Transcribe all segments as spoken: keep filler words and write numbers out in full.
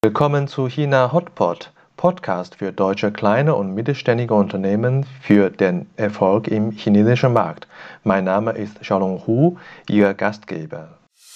Willkommen zu China Hotpot, Podcast für deutsche kleine und mittelständige Unternehmen für den Erfolg im chinesischen Markt. Mein Name ist Xiaolong Hu, Ihr Gastgeber.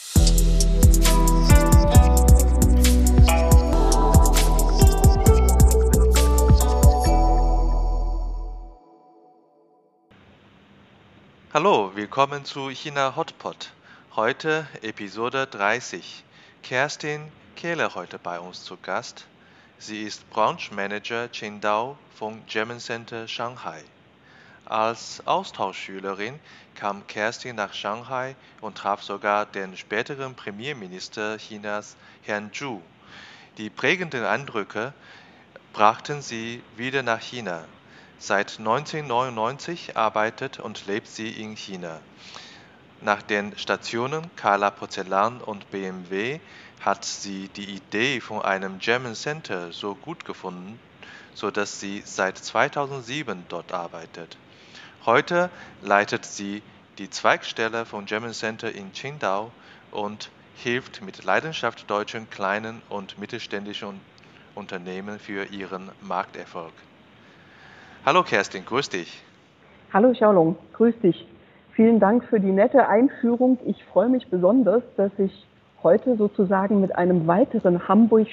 Hallo, willkommen zu China Hotpot. Heute Episode dreißig. Kerstin Kehle heute bei uns zu Gast. Sie ist Branchmanager Qingdao vom German Center Shanghai. Als Austauschschülerin kam Kerstin nach Shanghai und traf sogar den späteren Premierminister Chinas, Herrn Zhu. Die prägenden Eindrücke brachten sie wieder nach China. Seit neunzehnhundertneunundneunzig arbeitet und lebt sie in China. Nach den Stationen Carla Porzellan und B M W hat sie die Idee von einem German Center so gut gefunden, sodass sie seit zweitausendsieben dort arbeitet. Heute leitet sie die Zweigstelle von German Center in Qingdao und hilft mit Leidenschaft deutschen kleinen und mittelständischen Unternehmen für ihren Markterfolg. Hallo Kerstin, grüß dich. Hallo Xiaolong, grüß dich. Vielen Dank für die nette Einführung. Ich freue mich besonders, dass ich heute sozusagen mit einem weiteren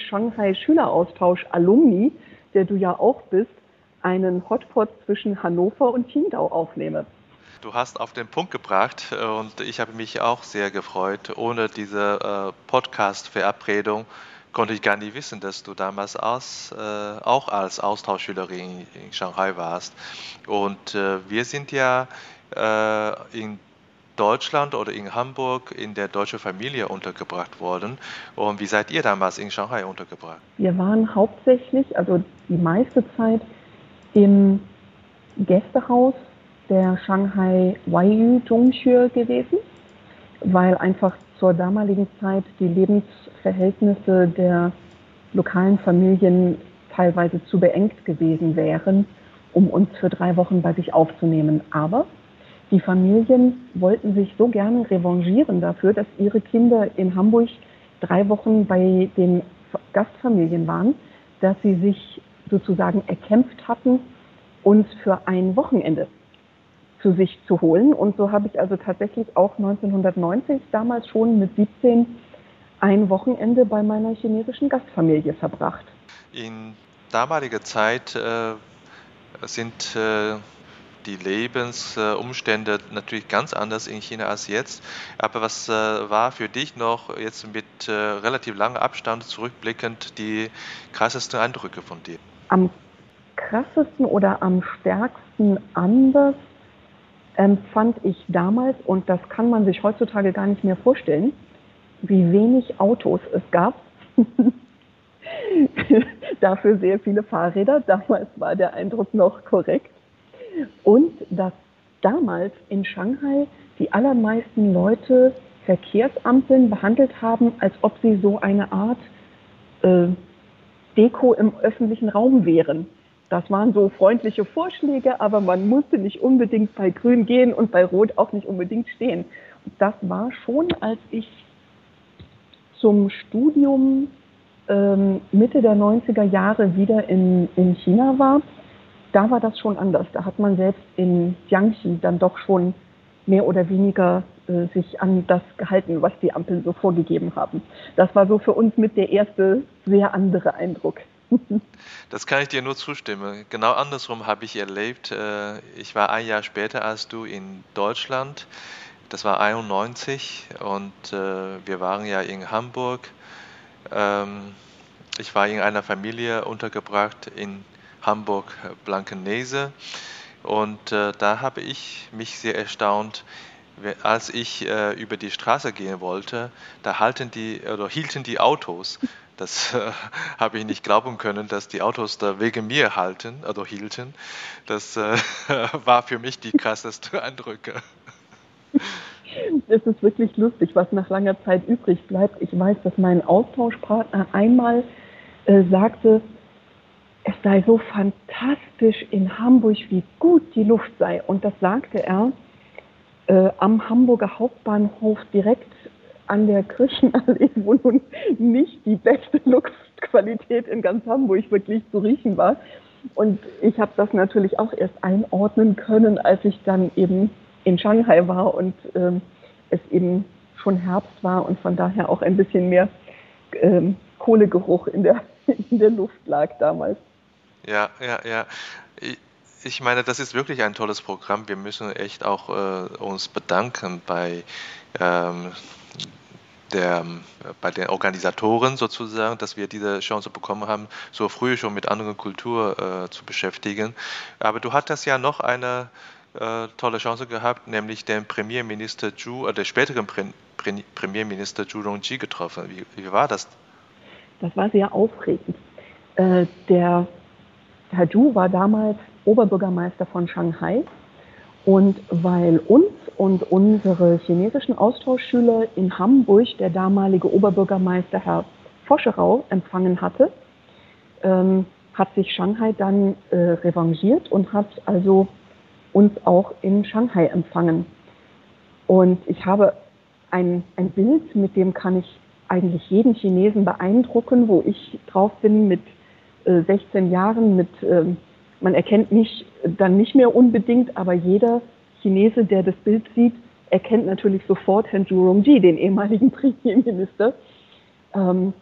Hamburg-Shanghai-Schüleraustausch-Alumni, der du ja auch bist, einen Hotpot zwischen Hannover und Qingdao aufnehme. Du hast auf den Punkt gebracht und ich habe mich auch sehr gefreut. Ohne diese äh, Podcast-Verabredung konnte ich gar nicht wissen, dass du damals als, äh, auch als Austauschschülerin in Shanghai warst. Und äh, wir sind ja äh, in Deutschland oder in Hamburg in der deutschen Familie untergebracht worden. Und wie seid ihr damals in Shanghai untergebracht? Wir waren hauptsächlich, also die meiste Zeit, im Gästehaus der Shanghai Waiyu Zhongxue gewesen, weil einfach zur damaligen Zeit die Lebensverhältnisse der lokalen Familien teilweise zu beengt gewesen wären, um uns für drei Wochen bei sich aufzunehmen. Aber die Familien wollten sich so gerne revanchieren dafür, dass ihre Kinder in Hamburg drei Wochen bei den Gastfamilien waren, dass sie sich sozusagen erkämpft hatten, uns für ein Wochenende zu sich zu holen. Und so habe ich also tatsächlich auch neunzehnhundertneunzig, damals schon mit siebzehn, ein Wochenende bei meiner chinesischen Gastfamilie verbracht. In damaliger Zeit äh, sind äh, die Lebensumstände natürlich ganz anders in China als jetzt. Aber was äh, war für dich noch jetzt mit äh, relativ langem Abstand zurückblickend die krassesten Eindrücke von dir? Am krassesten oder am stärksten anders empfand ich damals, und das kann man sich heutzutage gar nicht mehr vorstellen, wie wenig Autos es gab. Dafür sehr viele Fahrräder. Damals war der Eindruck noch korrekt. Und dass damals in Shanghai die allermeisten Leute Verkehrsampeln behandelt haben, als ob sie so eine Art äh, Deko im öffentlichen Raum wären. Das waren so freundliche Vorschläge, aber man musste nicht unbedingt bei Grün gehen und bei Rot auch nicht unbedingt stehen. Das war schon, als ich zum Studium ähm, Mitte der neunziger Jahre wieder in, in China war. Da war das schon anders. Da hat man selbst in Jiangxi dann doch schon mehr oder weniger äh, sich an das gehalten, was die Ampeln so vorgegeben haben. Das war so für uns mit der erste sehr andere Eindruck. Das kann ich dir nur zustimmen. Genau andersrum habe ich erlebt. Ich war ein Jahr später als du in Deutschland. Das war einundneunzig und wir waren ja in Hamburg. Ich war in einer Familie untergebracht in Hamburg-Blankenese und da habe ich mich sehr erstaunt, als ich über die Straße gehen wollte, da halten die oder hielten die Autos. Das äh, habe ich nicht glauben können, dass die Autos da wegen mir halten, also hielten. Das äh, war für mich die krasseste Eindrücke. Es ist wirklich lustig, was nach langer Zeit übrig bleibt. Ich weiß, dass mein Austauschpartner einmal äh, sagte, es sei so fantastisch in Hamburg, wie gut die Luft sei. Und das sagte er äh, am Hamburger Hauptbahnhof direkt an der Kirchenallee, wo nun nicht die beste Luft Essensqualität in ganz Hamburg wirklich zu riechen war. Und ich habe das natürlich auch erst einordnen können, als ich dann eben in Shanghai war und ähm, es eben schon Herbst war und von daher auch ein bisschen mehr ähm, Kohlegeruch in der, in der Luft lag damals. Ja, ja, ja. Ich, ich meine, das ist wirklich ein tolles Programm. Wir müssen echt auch äh, uns bedanken bei ähm, der, bei den Organisatoren sozusagen, dass wir diese Chance bekommen haben, so früh schon mit anderer Kultur äh, zu beschäftigen. Aber du hattest ja noch eine äh, tolle Chance gehabt, nämlich den Premierminister Zhu, äh, den späteren Pre Pre Premierminister Zhu Rongji getroffen. Wie, wie war das? Das war sehr aufregend. Äh, der Herr Zhu war damals Oberbürgermeister von Shanghai und weil uns und unsere chinesischen Austauschschüler in Hamburg der damalige Oberbürgermeister Herr Foscherau empfangen hatte, ähm, hat sich Shanghai dann äh, revanchiert und hat also uns auch in Shanghai empfangen. Und ich habe ein, ein Bild, mit dem kann ich eigentlich jeden Chinesen beeindrucken, wo ich drauf bin mit äh, sechzehn Jahren, mit ähm, man erkennt mich dann nicht mehr unbedingt, aber jeder Chinese, der das Bild sieht, erkennt natürlich sofort Herrn Zhu Rongji, den ehemaligen Premierminister. Ähm,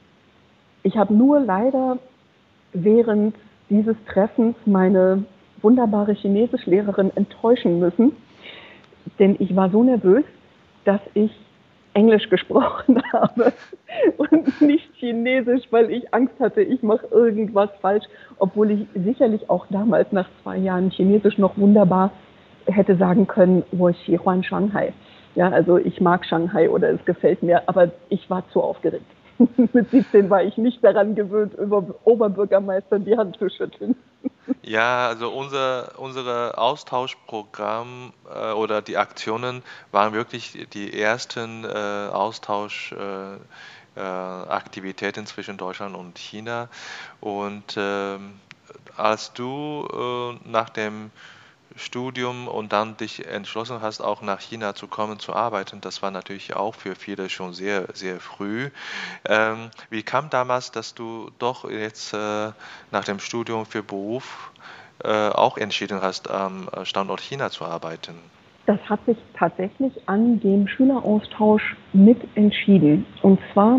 ich habe nur leider während dieses Treffens meine wunderbare Chinesischlehrerin enttäuschen müssen, denn ich war so nervös, dass ich Englisch gesprochen habe und nicht Chinesisch, weil ich Angst hatte, ich mache irgendwas falsch, obwohl ich sicherlich auch damals nach zwei Jahren Chinesisch noch wunderbar hätte sagen können, wo ich Huan Shanghai. Ja, also ich mag Shanghai oder es gefällt mir, aber ich war zu aufgeregt. Mit siebzehn war ich nicht daran gewöhnt, über Oberbürgermeistern die Hand zu schütteln. Ja, also unser unsere Austauschprogramm äh, oder die Aktionen waren wirklich die ersten äh, Austauschaktivitäten äh, äh, Aktivitäten zwischen Deutschland und China. Und ähm, als du äh, nach dem Studium und dann dich entschlossen hast, auch nach China zu kommen, zu arbeiten, das war natürlich auch für viele schon sehr, sehr früh. Ähm, wie kam damals, dass du doch jetzt äh, nach dem Studium für Beruf äh, auch entschieden hast, am Standort China zu arbeiten? Das hat sich tatsächlich an dem Schüleraustausch mit entschieden. Und zwar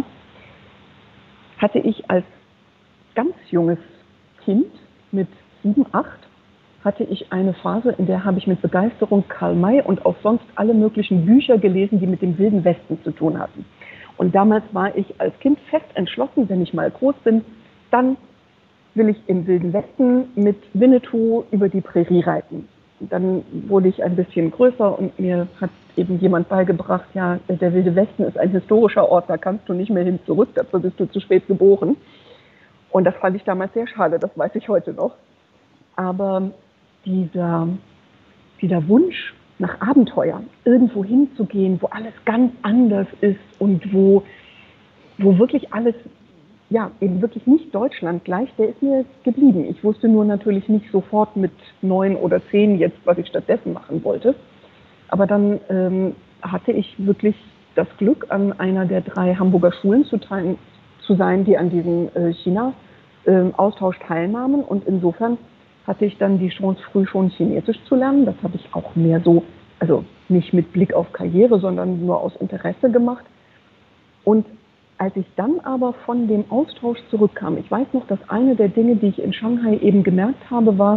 hatte ich als ganz junges Kind mit sieben, acht hatte ich eine Phase, in der habe ich mit Begeisterung Karl May und auch sonst alle möglichen Bücher gelesen, die mit dem Wilden Westen zu tun hatten. Und damals war ich als Kind fest entschlossen, wenn ich mal groß bin, dann will ich im Wilden Westen mit Winnetou über die Prärie reiten. Und dann wurde ich ein bisschen größer und mir hat eben jemand beigebracht, ja, der Wilde Westen ist ein historischer Ort, da kannst du nicht mehr hin zurück, dafür bist du zu spät geboren. Und das fand ich damals sehr schade, das weiß ich heute noch. Aber dieser, dieser Wunsch nach Abenteuer, irgendwo hinzugehen, wo alles ganz anders ist und wo, wo wirklich alles, ja, eben wirklich nicht Deutschland gleich, der ist mir geblieben. Ich wusste nur natürlich nicht sofort mit neun oder zehn jetzt, was ich stattdessen machen wollte. Aber dann ähm, hatte ich wirklich das Glück, an einer der drei Hamburger Schulen zu, teilen, zu sein, die an diesem äh, China-Austausch äh, teilnahmen. Und insofern hatte ich dann die Chance, früh schon Chinesisch zu lernen. Das habe ich auch mehr so, also nicht mit Blick auf Karriere, sondern nur aus Interesse gemacht. Und als ich dann aber von dem Austausch zurückkam, ich weiß noch, dass eine der Dinge, die ich in Shanghai eben gemerkt habe, war,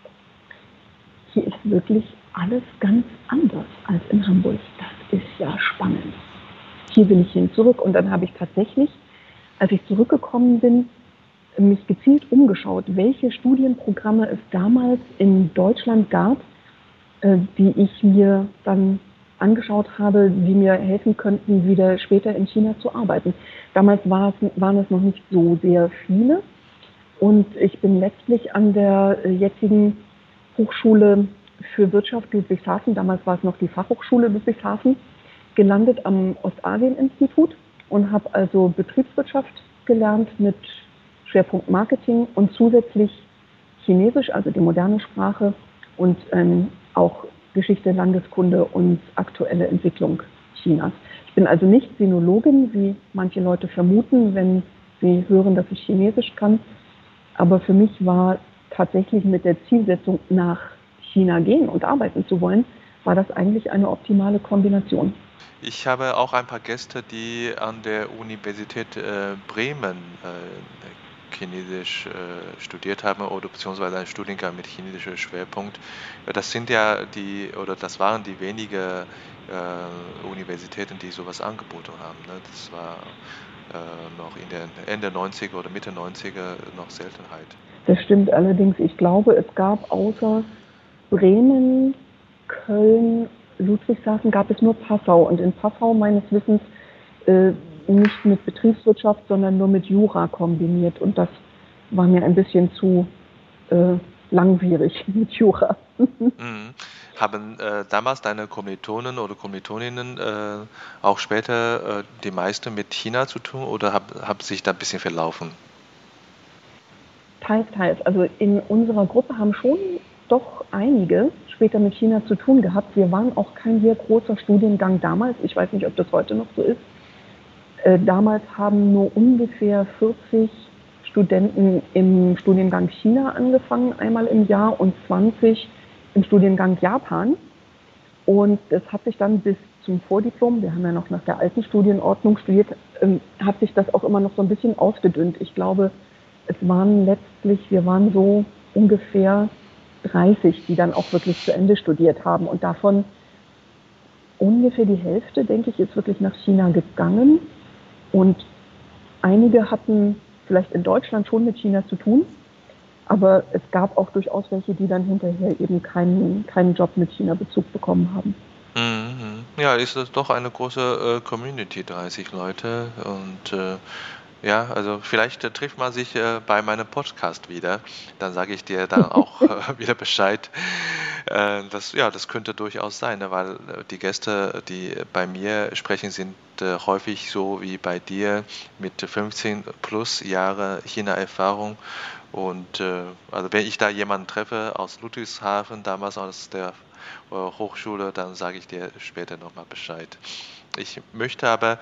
hier ist wirklich alles ganz anders als in Hamburg. Das ist ja spannend. Hier will ich hin zurück. Und dann habe ich tatsächlich, als ich zurückgekommen bin, mich gezielt umgeschaut, welche Studienprogramme es damals in Deutschland gab, die ich mir dann angeschaut habe, die mir helfen könnten, wieder später in China zu arbeiten. Damals war es, waren es noch nicht so sehr viele und ich bin letztlich an der jetzigen Hochschule für Wirtschaft Ludwigshafen, damals war es noch die Fachhochschule Ludwigshafen, gelandet am Ostasien-Institut und habe also Betriebswirtschaft gelernt mit Schwerpunkt Marketing und zusätzlich Chinesisch, also die moderne Sprache und ähm, auch Geschichte, Landeskunde und aktuelle Entwicklung Chinas. Ich bin also nicht Sinologin, wie manche Leute vermuten, wenn Sie hören, dass ich Chinesisch kann. Aber für mich war tatsächlich mit der Zielsetzung, nach China gehen und arbeiten zu wollen, war das eigentlich eine optimale Kombination. Ich habe auch ein paar Gäste, die an der Universität äh, Bremen äh, Chinesisch äh, studiert haben oder beziehungsweise einen Studiengang mit chinesischem Schwerpunkt. Ja, das sind ja die, oder das waren die wenigen äh, Universitäten, die sowas angeboten haben. Ne? Das war äh, noch in den Ende neunziger oder Mitte neunziger noch Seltenheit. Das stimmt allerdings. Ich glaube, es gab außer Bremen, Köln, Ludwigshafen gab es nur Passau. Und in Passau meines Wissens äh, nicht mit Betriebswirtschaft, sondern nur mit Jura kombiniert. Und das war mir ein bisschen zu äh, langwierig mit Jura. Mhm. Haben äh, damals deine Kommilitonen oder Kommilitoninnen äh, auch später äh, die meisten mit China zu tun oder hab, hab sich da ein bisschen verlaufen? Teils, teils. Also in unserer Gruppe haben schon doch einige später mit China zu tun gehabt. Wir waren auch kein sehr großer Studiengang damals. Ich weiß nicht, ob das heute noch so ist. Äh, damals haben nur ungefähr vierzig Studenten im Studiengang China angefangen, einmal im Jahr, und zwanzig im Studiengang Japan. Und es hat sich dann bis zum Vordiplom, wir haben ja noch nach der alten Studienordnung studiert, ähm, hat sich das auch immer noch so ein bisschen ausgedünnt. Ich glaube, es waren letztlich, wir waren so ungefähr dreißig, die dann auch wirklich zu Ende studiert haben. Und davon ungefähr die Hälfte, denke ich, ist wirklich nach China gegangen. Und einige hatten vielleicht in Deutschland schon mit China zu tun, aber es gab auch durchaus welche, die dann hinterher eben keinen, keinen Job mit China-Bezug bekommen haben. Mhm. Ja, ist das doch eine große äh, Community, dreißig Leute. Und äh, ja, also vielleicht äh, trifft man sich äh, bei meinem Podcast wieder. Dann sage ich dir dann auch äh, wieder Bescheid. Äh, das, ja, das könnte durchaus sein, ne, weil äh, die Gäste, die bei mir sprechen, sind äh, häufig so wie bei dir mit fünfzehn plus Jahre China-Erfahrung. Und äh, also wenn ich da jemanden treffe aus Ludwigshafen, damals aus der äh, Hochschule, dann sage ich dir später nochmal Bescheid. Ich möchte aber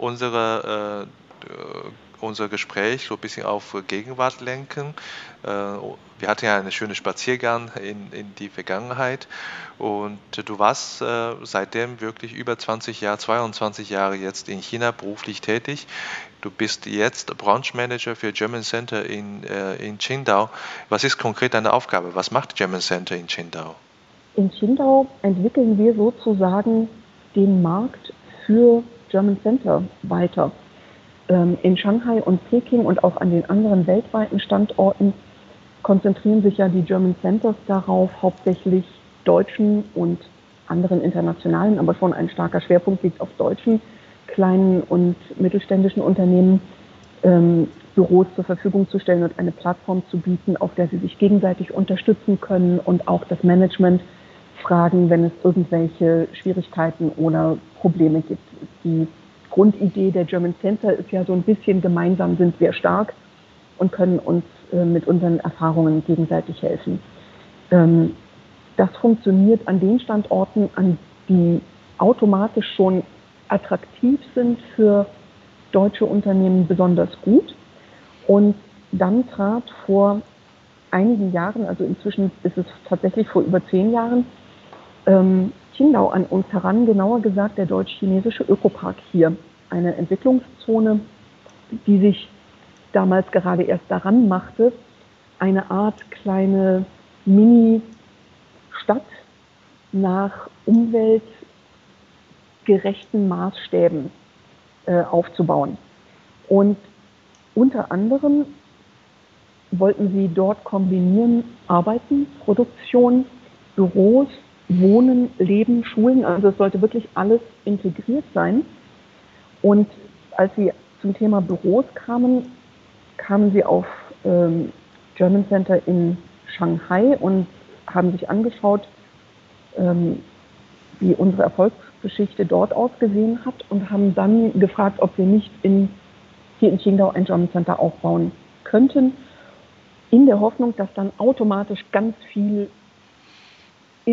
unsere, äh, äh, unser Gespräch so ein bisschen auf Gegenwart lenken. Äh, wir hatten ja einen schönen Spaziergang in, in die Vergangenheit und du warst äh, seitdem wirklich über zwanzig Jahre, zweiundzwanzig Jahre jetzt in China beruflich tätig. Du bist jetzt Branchmanager für German Center in, äh, in Qingdao. Was ist konkret deine Aufgabe? Was macht German Center in Qingdao? In Qingdao entwickeln wir sozusagen den Markt für German Center weiter. Ähm, in Shanghai und Peking und auch an den anderen weltweiten Standorten konzentrieren sich ja die German Centers darauf, hauptsächlich deutschen und anderen internationalen, aber schon ein starker Schwerpunkt liegt auf deutschen kleinen und mittelständischen Unternehmen, ähm, Büros zur Verfügung zu stellen und eine Plattform zu bieten, auf der sie sich gegenseitig unterstützen können und auch das Management fragen, wenn es irgendwelche Schwierigkeiten oder Probleme gibt. Die Grundidee der German Center ist ja so ein bisschen: gemeinsam sind wir stark und können uns äh, mit unseren Erfahrungen gegenseitig helfen. Ähm, das funktioniert an den Standorten, an die automatisch schon attraktiv sind für deutsche Unternehmen, besonders gut. Und dann trat vor einigen Jahren, also inzwischen ist es tatsächlich vor über zehn Jahren, ähm, Qingdao an uns heran, genauer gesagt der deutsch-chinesische Ökopark hier. Eine Entwicklungszone, die sich damals gerade erst daran machte, eine Art kleine Mini-Stadt nach umweltgerechten Maßstäben äh, aufzubauen. Und unter anderem wollten sie dort kombinieren Arbeiten, Produktion, Büros, Wohnen, Leben, Schulen. Also es sollte wirklich alles integriert sein. Und als sie zum Thema Büros kamen, kamen sie auf ähm, German Center in Shanghai und haben sich angeschaut, ähm, wie unsere Erfolgsgeschichte dort ausgesehen hat, und haben dann gefragt, ob wir nicht in, hier in Qingdao ein German Center aufbauen könnten, in der Hoffnung, dass dann automatisch ganz viel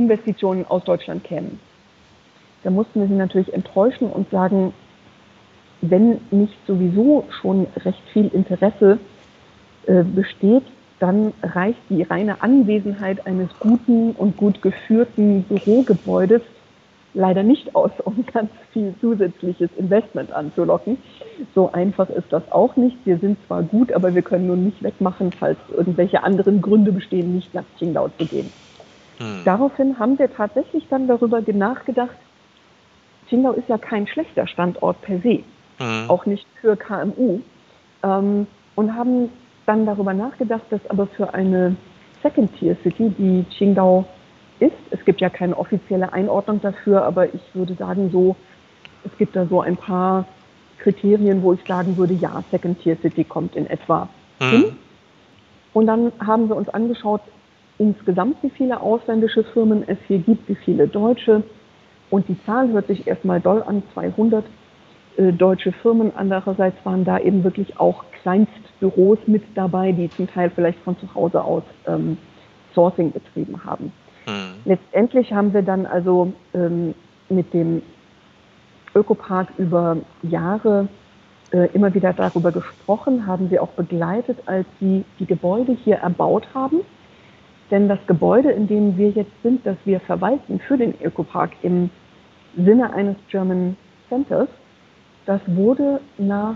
Investitionen aus Deutschland kämen. Da mussten wir sie natürlich enttäuschen und sagen, wenn nicht sowieso schon recht viel Interesse äh, besteht, dann reicht die reine Anwesenheit eines guten und gut geführten Bürogebäudes leider nicht aus, um ganz viel zusätzliches Investment anzulocken. So einfach ist das auch nicht. Wir sind zwar gut, aber wir können nun nicht wegmachen, falls irgendwelche anderen Gründe bestehen, nicht nach Qingdao zu gehen. Hm. Daraufhin haben wir tatsächlich dann darüber nachgedacht, Qingdao ist ja kein schlechter Standort per se, hm. auch nicht für K M U, ähm, und haben dann darüber nachgedacht, dass aber für eine Second-Tier-City, die Qingdao ist, es gibt ja keine offizielle Einordnung dafür, aber ich würde sagen so, es gibt da so ein paar Kriterien, wo ich sagen würde, ja, Second-Tier-City kommt in etwa hm. hin. Und dann haben wir uns angeschaut, insgesamt wie viele ausländische Firmen es hier gibt, wie viele deutsche. Und die Zahl hört sich erstmal doll an, zweihundert äh, deutsche Firmen. Andererseits waren da eben wirklich auch Kleinstbüros mit dabei, die zum Teil vielleicht von zu Hause aus ähm, Sourcing betrieben haben. Hm. Letztendlich haben wir dann also ähm, mit dem Ökopark über Jahre äh, immer wieder darüber gesprochen, haben wir auch begleitet, als sie die Gebäude hier erbaut haben. Denn das Gebäude, in dem wir jetzt sind, das wir verwalten für den Ökopark im Sinne eines German Centers, das wurde nach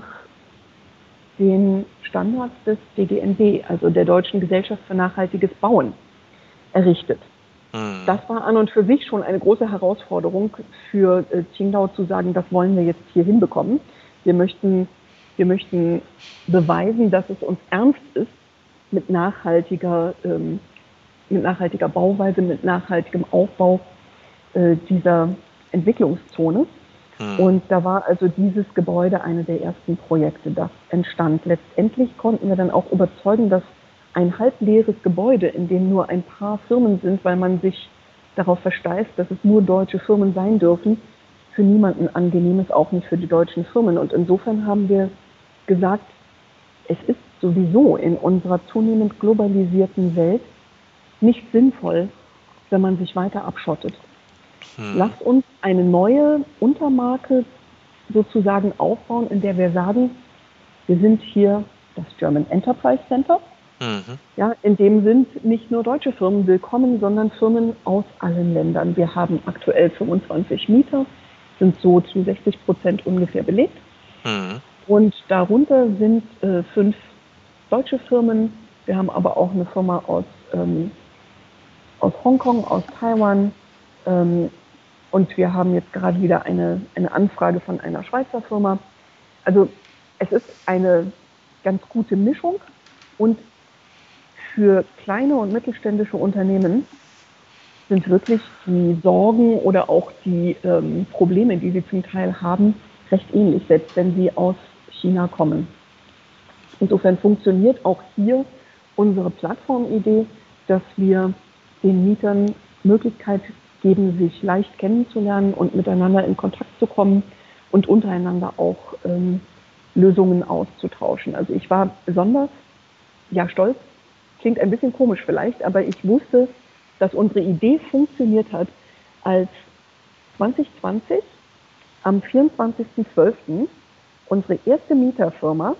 den Standards des D G N B, also der Deutschen Gesellschaft für nachhaltiges Bauen, errichtet. Mhm. Das war an und für sich schon eine große Herausforderung für äh, Qingdao zu sagen, das wollen wir jetzt hier hinbekommen. Wir möchten, wir möchten beweisen, dass es uns ernst ist, mit nachhaltiger ähm, mit nachhaltiger Bauweise, mit nachhaltigem Aufbau äh, dieser Entwicklungszone. Hm. Und da war also dieses Gebäude eine der ersten Projekte, das entstand. Letztendlich konnten wir dann auch überzeugen, dass ein halb leeres Gebäude, in dem nur ein paar Firmen sind, weil man sich darauf versteift, dass es nur deutsche Firmen sein dürfen, für niemanden angenehm ist, auch nicht für die deutschen Firmen. Und insofern haben wir gesagt, es ist sowieso in unserer zunehmend globalisierten Welt nicht sinnvoll, wenn man sich weiter abschottet. Hm. Lasst uns eine neue Untermarke sozusagen aufbauen, in der wir sagen, wir sind hier das German Enterprise Center. Mhm. Ja, in dem sind nicht nur deutsche Firmen willkommen, sondern Firmen aus allen Ländern. Wir haben aktuell fünfundzwanzig Mieter, sind so zu sechzig Prozent ungefähr belegt. Mhm. Und darunter sind äh, fünf deutsche Firmen. Wir haben aber auch eine Firma aus ähm, aus Hongkong, aus Taiwan, ähm, und wir haben jetzt gerade wieder eine, eine Anfrage von einer Schweizer Firma. Also es ist eine ganz gute Mischung und für kleine und mittelständische Unternehmen sind wirklich die Sorgen oder auch die ähm, Probleme, die sie zum Teil haben, recht ähnlich, selbst wenn sie aus China kommen. Insofern funktioniert auch hier unsere Plattformidee, dass wir den Mietern Möglichkeit geben, sich leicht kennenzulernen und miteinander in Kontakt zu kommen und untereinander auch ähm, Lösungen auszutauschen. Also ich war besonders, ja, stolz, klingt ein bisschen komisch vielleicht, aber ich wusste, dass unsere Idee funktioniert hat, als zwanzig zwanzig am vierundzwanzigsten zwölften unsere erste Mieterfirma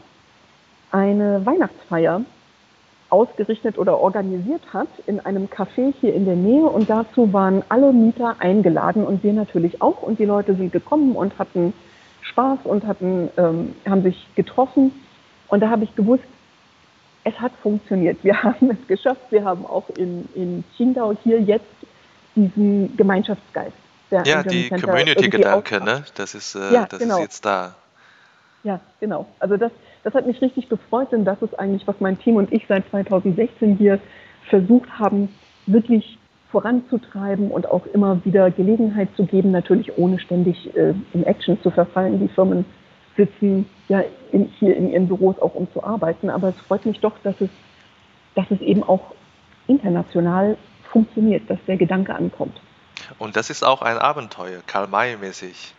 eine Weihnachtsfeier ausgerichtet oder organisiert hat in einem Café hier in der Nähe, und dazu waren alle Mieter eingeladen und wir natürlich auch, und die Leute sind gekommen und hatten Spaß und hatten, ähm, haben sich getroffen, und da habe ich gewusst, es hat funktioniert. Wir haben es geschafft. Wir haben auch in, in Qingdao hier jetzt diesen Gemeinschaftsgeist. Der ja, die Community-Gedanke, ne? Das ist, äh, ja, das genau. ist jetzt da. Ja, genau. Also das, das hat mich richtig gefreut, denn das ist eigentlich, was mein Team und ich seit zweitausendsechzehn hier versucht haben, wirklich voranzutreiben und auch immer wieder Gelegenheit zu geben, natürlich ohne ständig äh, in Action zu verfallen. Die Firmen sitzen ja in, hier in ihren Büros auch, um zu arbeiten, aber es freut mich doch, dass es, dass es eben auch international funktioniert, dass der Gedanke ankommt. Und das ist auch ein Abenteuer, Karl-May-mäßig.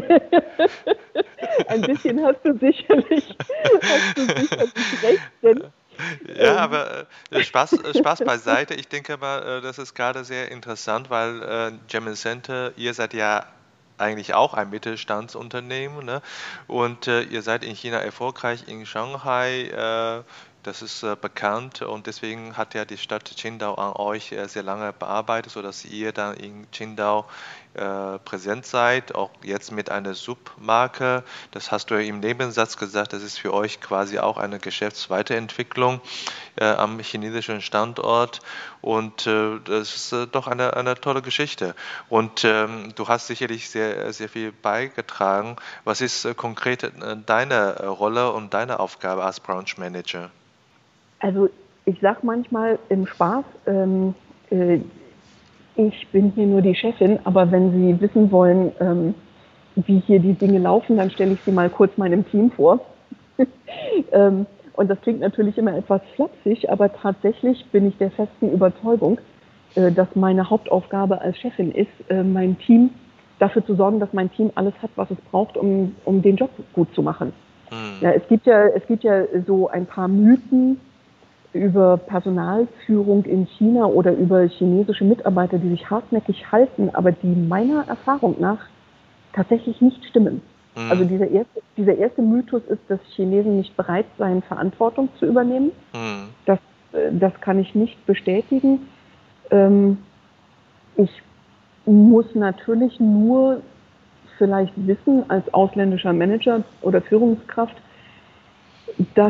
Ein bisschen hast du sicherlich, hast du sicherlich recht, denn ja, ähm, aber äh, Spaß, Spaß beiseite. Ich denke mal, äh, das ist gerade sehr interessant, weil äh, German Center, ihr seid ja eigentlich auch ein Mittelstandsunternehmen, ne? Und äh, ihr seid in China erfolgreich, in Shanghai, äh, das ist äh, bekannt und deswegen hat ja die Stadt Qingdao an euch äh, sehr lange bearbeitet, sodass ihr dann in Qingdao äh, präsent seid, auch jetzt mit einer Submarke. Das hast du ja im Nebensatz gesagt, das ist für euch quasi auch eine Geschäftsweiterentwicklung äh, am chinesischen Standort und äh, das ist äh, doch eine, eine tolle Geschichte. Und ähm, du hast sicherlich sehr, sehr viel beigetragen. Was ist äh, konkret äh, deine äh, Rolle und deine Aufgabe als Branch Manager? Also ich sage manchmal im Spaß, ähm, äh, ich bin hier nur die Chefin, aber wenn Sie wissen wollen, ähm, wie hier die Dinge laufen, dann stelle ich Sie mal kurz meinem Team vor. ähm, und das klingt natürlich immer etwas flapsig, aber tatsächlich bin ich der festen Überzeugung, äh, dass meine Hauptaufgabe als Chefin ist, äh, mein Team dafür zu sorgen, dass mein Team alles hat, was es braucht, um, um den Job gut zu machen. Hm. Ja, es gibt ja, es gibt ja so ein paar Mythen über Personalführung in China oder über chinesische Mitarbeiter, die sich hartnäckig halten, aber die meiner Erfahrung nach tatsächlich nicht stimmen. Also Hm. dieser erste, dieser erste Mythos ist, dass Chinesen nicht bereit seien, Verantwortung zu übernehmen. Hm. Das, äh, das kann ich nicht bestätigen. Ähm, ich muss natürlich nur vielleicht wissen als ausländischer Manager oder Führungskraft, dass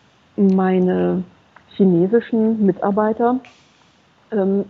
meine chinesischen Mitarbeiter ähm,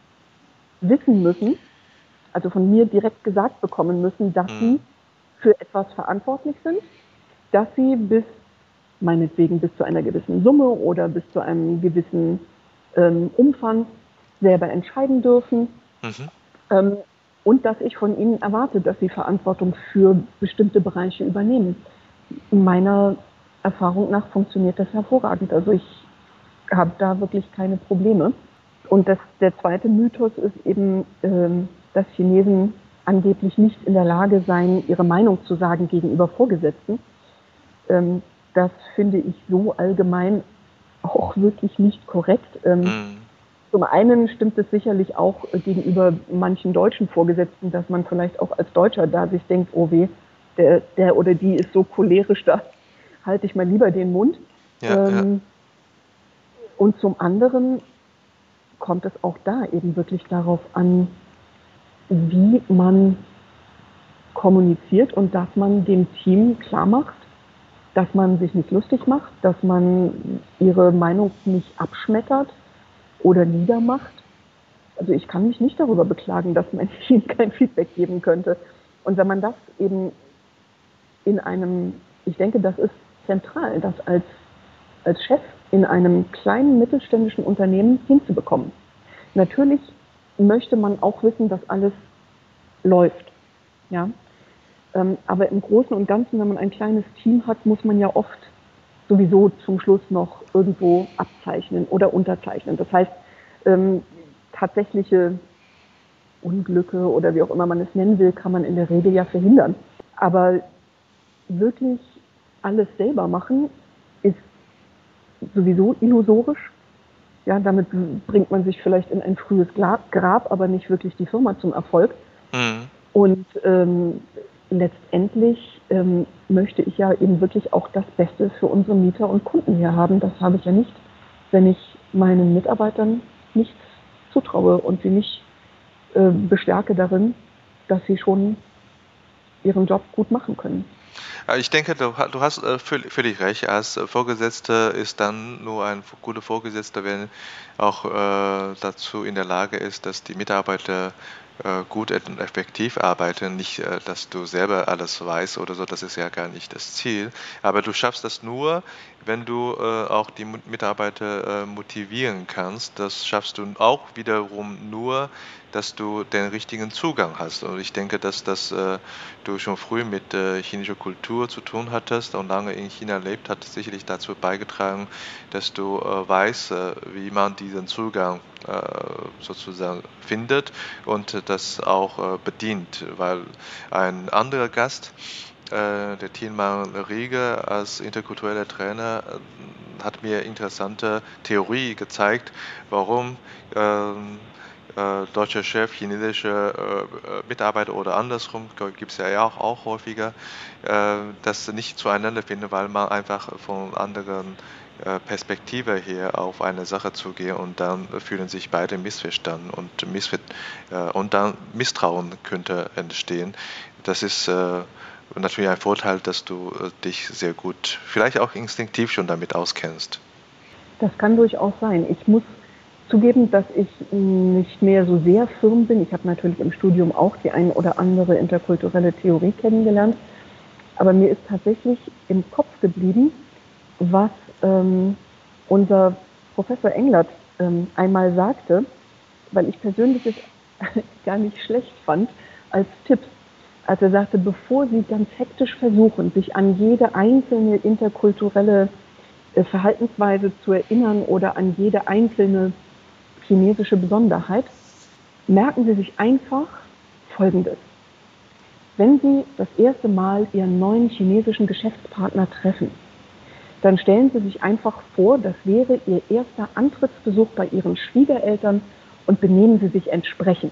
wissen müssen, also von mir direkt gesagt bekommen müssen, dass Hm. sie für etwas verantwortlich sind, dass sie bis, meinetwegen bis zu einer gewissen Summe oder bis zu einem gewissen ähm, Umfang selber entscheiden dürfen, Mhm. ähm, und dass ich von ihnen erwarte, dass sie Verantwortung für bestimmte Bereiche übernehmen. Meiner Erfahrung nach funktioniert das hervorragend. Also ich habe da wirklich keine Probleme. Und das, der zweite Mythos ist eben, ähm, dass Chinesen angeblich nicht in der Lage seien, ihre Meinung zu sagen gegenüber Vorgesetzten. Ähm, das finde ich so allgemein auch wirklich nicht korrekt. Ähm, Hm. zum einen stimmt es sicherlich auch äh, gegenüber manchen deutschen Vorgesetzten, dass man vielleicht auch als Deutscher da sich denkt, oh weh, der, der oder die ist so cholerisch, da halte ich mal lieber den Mund. Ja, ja. Ähm, und zum anderen kommt es auch da eben wirklich darauf an, wie man kommuniziert und dass man dem Team klar macht, dass man sich nicht lustig macht, dass man ihre Meinung nicht abschmettert oder niedermacht. Also ich kann mich nicht darüber beklagen, dass mein Team kein Feedback geben könnte. Und wenn man das eben in einem, ich denke, das ist zentral, das als, als Chef in einem kleinen mittelständischen Unternehmen hinzubekommen. Natürlich möchte man auch wissen, dass alles läuft. Ja? Ähm, aber im Großen und Ganzen, wenn man ein kleines Team hat, muss man ja oft sowieso zum Schluss noch irgendwo abzeichnen oder unterzeichnen. Das heißt, ähm, tatsächliche Unglücke oder wie auch immer man es nennen will, kann man in der Regel ja verhindern. Aber wirklich alles selber machen ist sowieso illusorisch. Ja, damit bringt man sich vielleicht in ein frühes Grab, aber nicht wirklich die Firma zum Erfolg. Hm. Und ähm, letztendlich ähm, möchte ich ja eben wirklich auch das Beste für unsere Mieter und Kunden hier haben. Das habe ich ja nicht, wenn ich meinen Mitarbeitern nichts zutraue und sie nicht äh, bestärke darin, dass sie schon ihren Job gut machen können. Äh, Ich denke, du, ha- du hast äh, völlig, völlig recht. Als äh, Vorgesetzter ist dann nur ein f- guter Vorgesetzter, wenn auch äh, dazu in der Lage ist, dass die Mitarbeiter äh, gut und effektiv arbeiten. Nicht, äh, dass du selber alles weißt oder so, das ist ja gar nicht das Ziel. Aber du schaffst das nur, wenn du äh, auch die Mu- Mitarbeiter äh, motivieren kannst. Das schaffst du auch wiederum nur, dass du den richtigen Zugang hast. Und ich denke, dass das äh, du schon früh mit äh, chinesischer Kultur zu tun hattest und lange in China lebt, hat sicherlich dazu beigetragen, dass du äh, weißt, äh, wie man diesen Zugang äh, sozusagen findet und äh, das auch äh, bedient, weil ein anderer Gast, äh, der Thielmann Rieger als interkultureller Trainer, äh, hat mir interessante Theorie gezeigt, warum ähm, äh, deutscher Chef, chinesische äh, Mitarbeiter oder andersrum, gibt es ja auch, auch häufiger, äh, das nicht zueinander finden, weil man einfach von anderen äh, Perspektive her auf eine Sache zugeht und dann fühlen sich beide missverstanden und, missver äh, und dann Misstrauen könnte entstehen. Das ist äh, natürlich ein Vorteil, dass du äh, dich sehr gut, vielleicht auch instinktiv schon damit auskennst. Das kann durchaus sein. Ich muss zugeben, dass ich nicht mehr so sehr firm bin. Ich habe natürlich im Studium auch die ein oder andere interkulturelle Theorie kennengelernt. Aber mir ist tatsächlich im Kopf geblieben, was ähm, unser Professor Englert ähm, einmal sagte, weil ich persönlich es gar nicht schlecht fand als Tipp. Als er sagte, bevor Sie ganz hektisch versuchen, sich an jede einzelne interkulturelle äh, Verhaltensweise zu erinnern oder an jede einzelne chinesische Besonderheit, merken Sie sich einfach Folgendes. Wenn Sie das erste Mal Ihren neuen chinesischen Geschäftspartner treffen, dann stellen Sie sich einfach vor, das wäre Ihr erster Antrittsbesuch bei Ihren Schwiegereltern und benehmen Sie sich entsprechend.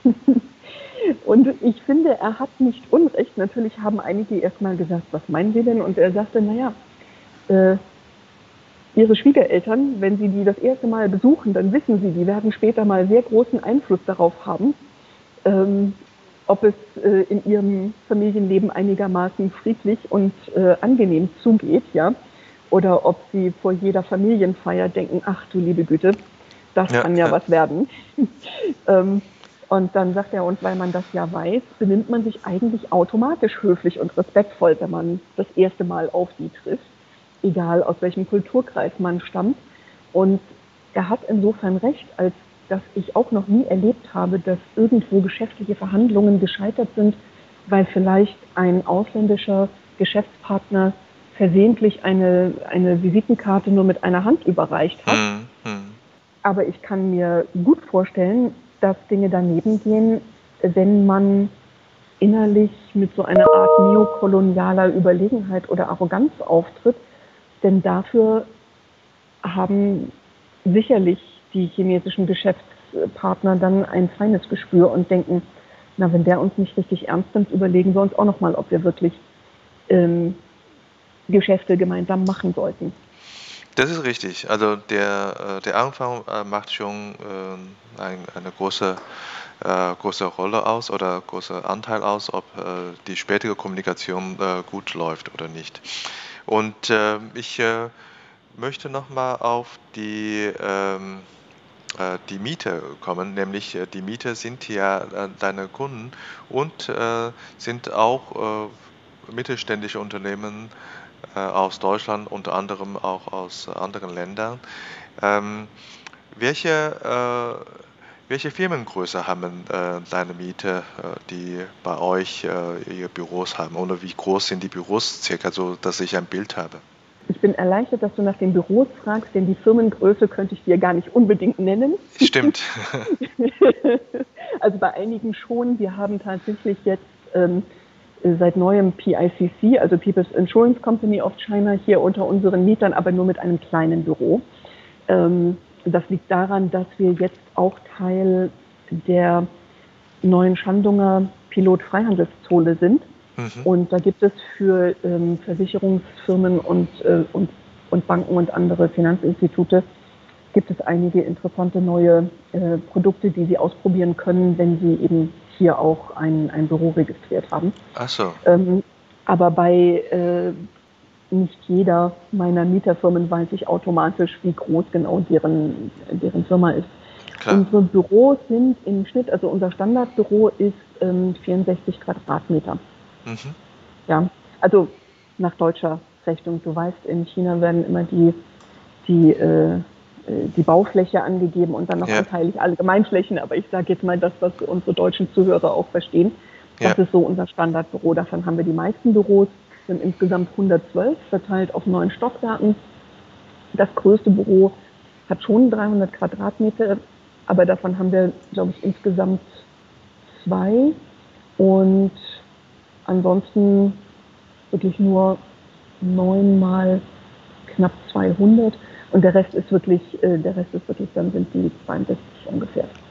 Und ich finde, er hat nicht Unrecht. Natürlich haben einige erstmal gesagt, was meinen Sie denn? Und er sagte, naja, äh, Ihre Schwiegereltern, wenn Sie die das erste Mal besuchen, dann wissen Sie, die werden später mal sehr großen Einfluss darauf haben, ähm, ob es äh, in Ihrem Familienleben einigermaßen friedlich und äh, angenehm zugeht, ja, oder ob Sie vor jeder Familienfeier denken, ach du liebe Güte, das Ja, kann ja ja. was werden. ähm, und dann sagt er, und weil man das ja weiß, benimmt man sich eigentlich automatisch höflich und respektvoll, wenn man das erste Mal auf die trifft, egal aus welchem Kulturkreis man stammt. Und er hat insofern recht, als dass ich auch noch nie erlebt habe, dass irgendwo geschäftliche Verhandlungen gescheitert sind, weil vielleicht ein ausländischer Geschäftspartner versehentlich eine, eine Visitenkarte nur mit einer Hand überreicht hat. Hm, hm. Aber ich kann mir gut vorstellen, dass Dinge daneben gehen, wenn man innerlich mit so einer Art neokolonialer Überlegenheit oder Arroganz auftritt. Denn dafür haben sicherlich die chinesischen Geschäftspartner dann ein feines Gespür und denken, na, wenn der uns nicht richtig ernst nimmt, überlegen wir uns auch nochmal, ob wir wirklich ähm, Geschäfte gemeinsam machen sollten. Das ist richtig. Also der, äh, der Anfang äh, macht schon äh, ein, eine große, äh, große Rolle aus oder großer Anteil aus, ob äh, die spätere Kommunikation äh, gut läuft oder nicht. Und äh, ich äh, möchte nochmal auf die, ähm, äh, die Mieter kommen, nämlich äh, die Mieter sind ja äh, deine Kunden und äh, sind auch äh, mittelständische Unternehmen äh, aus Deutschland, unter anderem auch aus anderen Ländern. Ähm, welche, äh, welche Firmengröße haben äh, deine Mieter, äh, die bei euch äh, ihre Büros haben? Oder wie groß sind die Büros circa, so dass ich ein Bild habe? Ich bin erleichtert, dass du nach den Büros fragst, denn die Firmengröße könnte ich dir gar nicht unbedingt nennen. Stimmt. Also bei einigen schon. Wir haben tatsächlich jetzt ähm, seit neuem P I C C, also People's Insurance Company of China, hier unter unseren Mietern, aber nur mit einem kleinen Büro. Ähm, das liegt daran, dass wir jetzt auch Teil der neuen Shandunger Pilot-Freihandelszone sind. Mhm. Und da gibt es für ähm, Versicherungsfirmen und, äh, und, und Banken und andere Finanzinstitute gibt es einige interessante neue äh, Produkte, die sie ausprobieren können, wenn sie eben hier auch ein, ein Büro registriert haben. Ach so. Ähm, aber bei äh, nicht jeder meiner Mieterfirmen weiß ich automatisch, wie groß genau deren, deren Firma ist. Klar. Unsere Büros sind im Schnitt, also unser Standardbüro ist ähm, vierundsechzig Quadratmeter. Mhm. Ja, also nach deutscher Rechnung. Du weißt, in China werden immer die, die, äh, die Baufläche angegeben und dann noch Ja. anteilig alle Gemeinflächen. Aber ich sage jetzt mal das, was unsere deutschen Zuhörer auch verstehen. Das Ja. ist so unser Standardbüro. Davon haben wir die meisten Büros. Es sind insgesamt hundertzwölf, verteilt auf neun Stockwerken. Das größte Büro hat schon dreihundert Quadratmeter, aber davon haben wir, glaube ich, insgesamt zwei. Und ansonsten wirklich nur neunmal knapp zweihundert und der Rest ist wirklich, äh, der Rest ist wirklich, dann sind die zweiundsechzig ungefähr.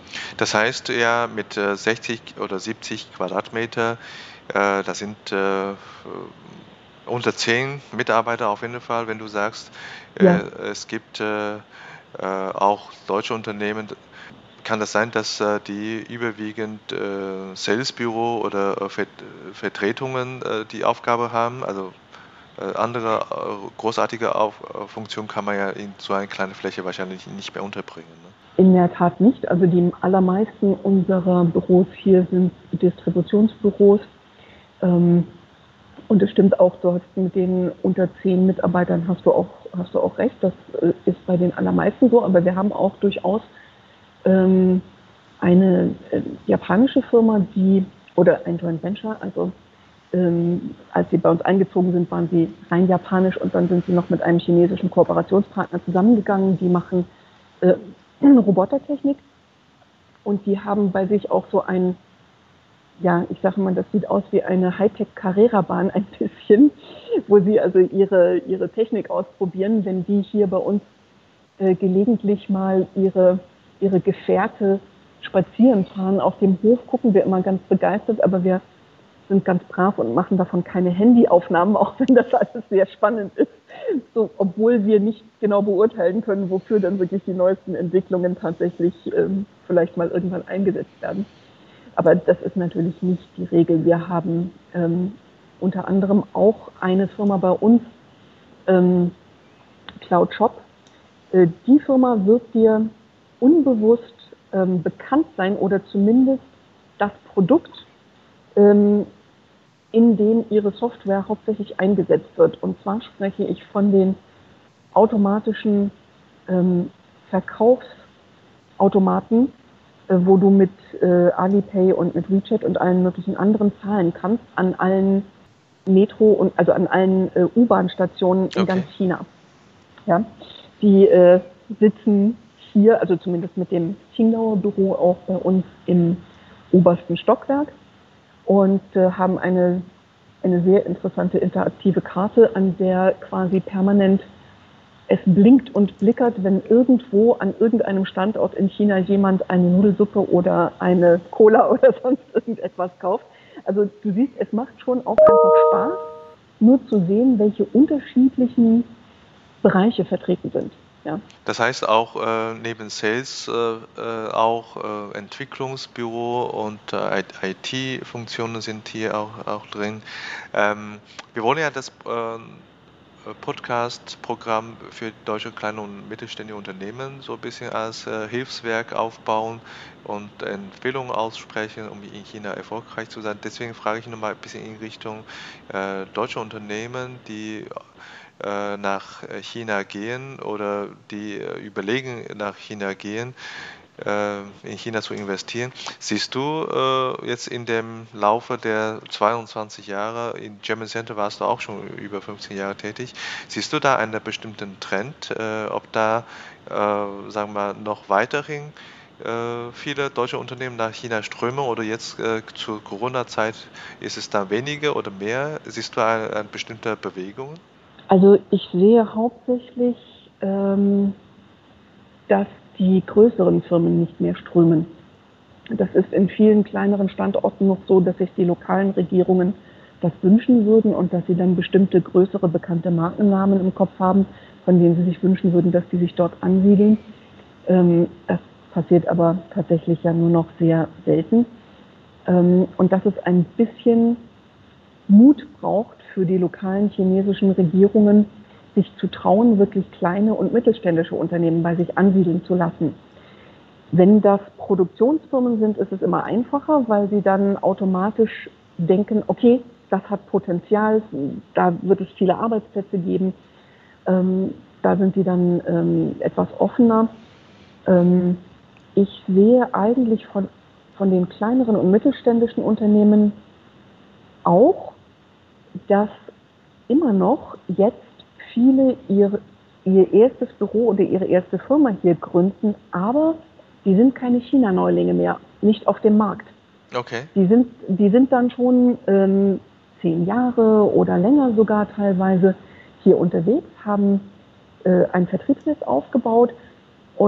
Das heißt ja, mit äh, sechzig oder siebzig Quadratmeter, äh, das sind äh, unter zehn Mitarbeiter auf jeden Fall, wenn du sagst, Ja, äh, es gibt äh, äh, auch deutsche Unternehmen. Kann das sein, dass äh, die überwiegend äh, Salesbüro oder äh, Vert Vertretungen äh, die Aufgabe haben? Also äh, andere äh, großartige Auf äh, Funktion kann man ja in so einer kleinen Fläche wahrscheinlich nicht mehr unterbringen. Ne? in der Tat nicht. Also die allermeisten unserer Büros hier sind Distributionsbüros. Ähm, und es stimmt auch, du hast mit den unter zehn Mitarbeitern hast du auch, hast du auch recht. Das äh, ist bei den allermeisten so. Aber wir haben auch durchaus ähm, eine äh, japanische Firma, die, oder ein Joint Venture, also ähm, als sie bei uns eingezogen sind, waren sie rein japanisch und dann sind sie noch mit einem chinesischen Kooperationspartner zusammengegangen. Die machen äh, Robotertechnik und die haben bei sich auch so ein, ja, ich sage mal, das sieht aus wie eine Hightech-Carrera-Bahn ein bisschen, wo sie also ihre, ihre Technik ausprobieren. Wenn die hier bei uns äh, gelegentlich mal ihre, ihre Gefährte spazieren fahren auf dem Hof, gucken wir immer ganz begeistert, aber wir sind ganz brav und machen davon keine Handyaufnahmen, auch wenn das alles sehr spannend ist, so, obwohl wir nicht genau beurteilen können, wofür dann wirklich die neuesten Entwicklungen tatsächlich ähm, vielleicht mal irgendwann eingesetzt werden. Aber das ist natürlich nicht die Regel. Wir haben ähm, unter anderem auch eine Firma bei uns, ähm, Cloud Shop. Äh, die Firma wird dir unbewusst ähm, bekannt sein oder zumindest das Produkt, ähm, in dem ihre Software hauptsächlich eingesetzt wird. Und zwar spreche ich von den automatischen ähm, Verkaufsautomaten, äh, wo du mit äh, Alipay und mit WeChat und allen möglichen anderen zahlen kannst an allen Metro- und also an allen äh, U-Bahn-Stationen in Okay. ganz China. Ja, die äh, sitzen hier, also zumindest mit dem Qingdauer Büro auch bei uns im obersten Stockwerk und äh, haben eine, eine sehr interessante interaktive Karte, an der quasi permanent es blinkt und blickert, wenn irgendwo an irgendeinem Standort in China jemand eine Nudelsuppe oder eine Cola oder sonst irgendetwas kauft. Also du siehst, es macht schon auch einfach Spaß, nur zu sehen, welche unterschiedlichen Bereiche vertreten sind. Ja. Das heißt auch äh, neben Sales äh, äh, auch äh, Entwicklungsbüro und äh, I T-Funktionen sind hier auch, auch drin. Ähm, wir wollen ja das äh, Podcast-Programm für deutsche kleine und mittelständische Unternehmen so ein bisschen als äh, Hilfswerk aufbauen und Empfehlungen aussprechen, um in China erfolgreich zu sein. Deswegen frage ich nochmal ein bisschen in Richtung äh, deutsche Unternehmen, die äh, nach China gehen oder die äh, überlegen, nach China gehen, äh, in China zu investieren. Siehst du äh, jetzt in dem Laufe der zweiundzwanzig Jahre, in German Center warst du auch schon über fünfzehn Jahre tätig, siehst du da einen bestimmten Trend, äh, ob da, äh, sagen wir mal, noch weiterhin äh, viele deutsche Unternehmen nach China strömen oder jetzt äh, zur Corona-Zeit ist es da weniger oder mehr? Siehst du eine, eine bestimmte Bewegung? Also ich sehe hauptsächlich, ähm, dass die größeren Firmen nicht mehr strömen. Das ist in vielen kleineren Standorten noch so, dass sich die lokalen Regierungen das wünschen würden und dass sie dann bestimmte größere bekannte Markennamen im Kopf haben, von denen sie sich wünschen würden, dass die sich dort ansiedeln. Ähm, das passiert aber tatsächlich ja nur noch sehr selten. Ähm, und dass es ein bisschen Mut braucht für die lokalen chinesischen Regierungen, sich zu trauen, wirklich kleine und mittelständische Unternehmen bei sich ansiedeln zu lassen. Wenn das Produktionsfirmen sind, ist es immer einfacher, weil sie dann automatisch denken, okay, das hat Potenzial, da wird es viele Arbeitsplätze geben. Ähm, da sind sie dann ähm, etwas offener. Ähm, ich sehe eigentlich von, von den kleineren und mittelständischen Unternehmen auch, dass immer noch jetzt viele ihr, ihr erstes Büro oder ihre erste Firma hier gründen, aber die sind keine China-Neulinge mehr, nicht auf dem Markt. Okay. Die sind, die sind dann schon ähm, zehn Jahre oder länger sogar teilweise hier unterwegs, haben äh, ein Vertriebsnetz aufgebaut und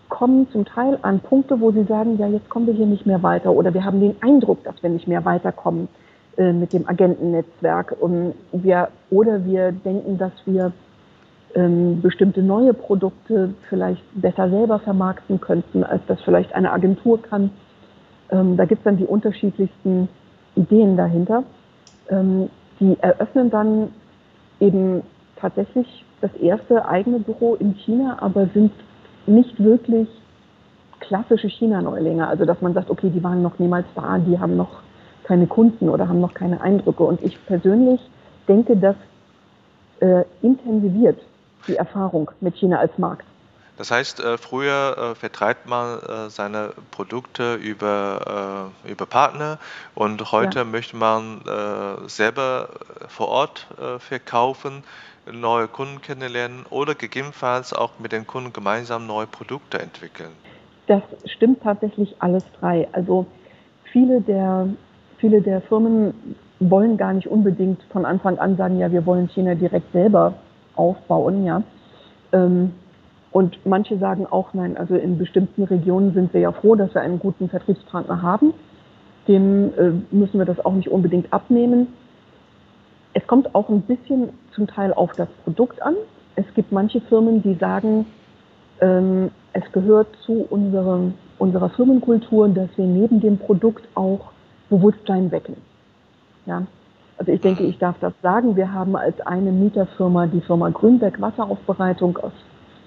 kommen zum Teil an Punkte, wo sie sagen, ja, jetzt kommen wir hier nicht mehr weiter oder wir haben den Eindruck, dass wir nicht mehr weiterkommen äh, mit dem Agentennetzwerk. Und wir, oder wir denken, dass wir ähm, bestimmte neue Produkte vielleicht besser selber vermarkten könnten, als das vielleicht eine Agentur kann. Ähm, da gibt es dann die unterschiedlichsten Ideen dahinter. Ähm, die eröffnen dann eben tatsächlich das erste eigene Büro in China, aber sind nicht wirklich klassische China-Neulinge. Also dass man sagt, okay, die waren noch niemals da, die haben noch keine Kunden oder haben noch keine Eindrücke. Und ich persönlich denke, das äh, intensiviert die Erfahrung mit China als Markt. Das heißt, äh, früher äh, vertreibt man äh, seine Produkte über, äh, über Partner und heute Ja. möchte man äh, selber vor Ort äh, verkaufen, neue Kunden kennenlernen oder gegebenenfalls auch mit den Kunden gemeinsam neue Produkte entwickeln. Das stimmt tatsächlich alles drei. Also viele der, viele der Firmen wollen gar nicht unbedingt von Anfang an sagen, ja, wir wollen China direkt selber aufbauen, ja. Ähm, Und manche sagen auch, nein, also in bestimmten Regionen sind wir ja froh, dass wir einen guten Vertriebspartner haben. Dem äh, müssen wir das auch nicht unbedingt abnehmen. Es kommt auch ein bisschen zum Teil auf das Produkt an. Es gibt manche Firmen, die sagen, ähm, es gehört zu unserem, unserer Firmenkultur, dass wir neben dem Produkt auch Bewusstsein wecken. Ja? Also ich denke, ich darf das sagen. Wir haben als eine Mieterfirma die Firma Grünberg Wasseraufbereitung aus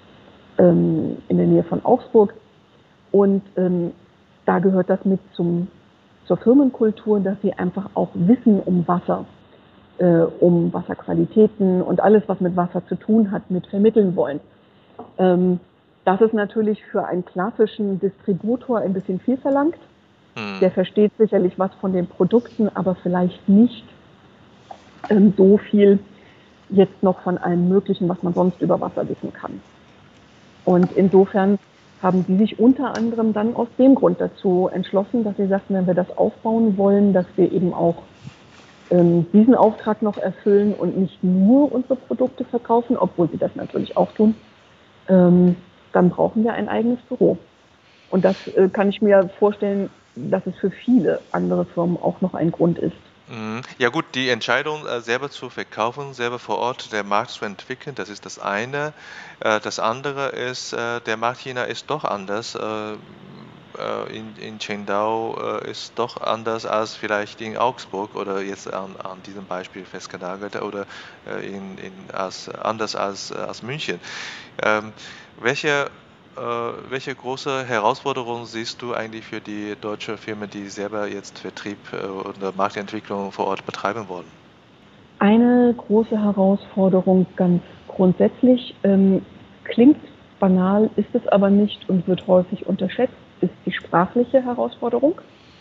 in der Nähe von Augsburg. Und ähm, da gehört das mit zum, zur Firmenkultur, dass sie einfach auch Wissen um Wasser, äh, um Wasserqualitäten und alles, was mit Wasser zu tun hat, mit vermitteln wollen. Ähm, das ist natürlich für einen klassischen Distributor ein bisschen viel verlangt. Hm. Der versteht sicherlich was von den Produkten, aber vielleicht nicht ähm, so viel jetzt noch von allem Möglichen, was man sonst über Wasser wissen kann. Und insofern haben die sich unter anderem dann aus dem Grund dazu entschlossen, dass sie sagten, wenn wir das aufbauen wollen, dass wir eben auch ähm, diesen Auftrag noch erfüllen und nicht nur unsere Produkte verkaufen, obwohl sie das natürlich auch tun, ähm, dann brauchen wir ein eigenes Büro. Und das äh, kann ich mir vorstellen, dass es für viele andere Firmen auch noch ein Grund ist. Ja gut, die Entscheidung, äh, selber zu verkaufen, selber vor Ort den Markt zu entwickeln, das ist das eine. Äh, das andere ist, äh, der Markt China ist doch anders. Äh, äh, in, in Qingdao äh, ist doch anders als vielleicht in Augsburg oder jetzt an, an diesem Beispiel festgenagelt oder äh, in, in, als, anders als, äh, als München. Ähm, welche Äh, welche große Herausforderung siehst du eigentlich für die deutsche Firmen, die selber jetzt Vertrieb äh, oder Marktentwicklung vor Ort betreiben wollen? Eine große Herausforderung ganz grundsätzlich, ähm, klingt banal, ist es aber nicht und wird häufig unterschätzt, ist die sprachliche Herausforderung.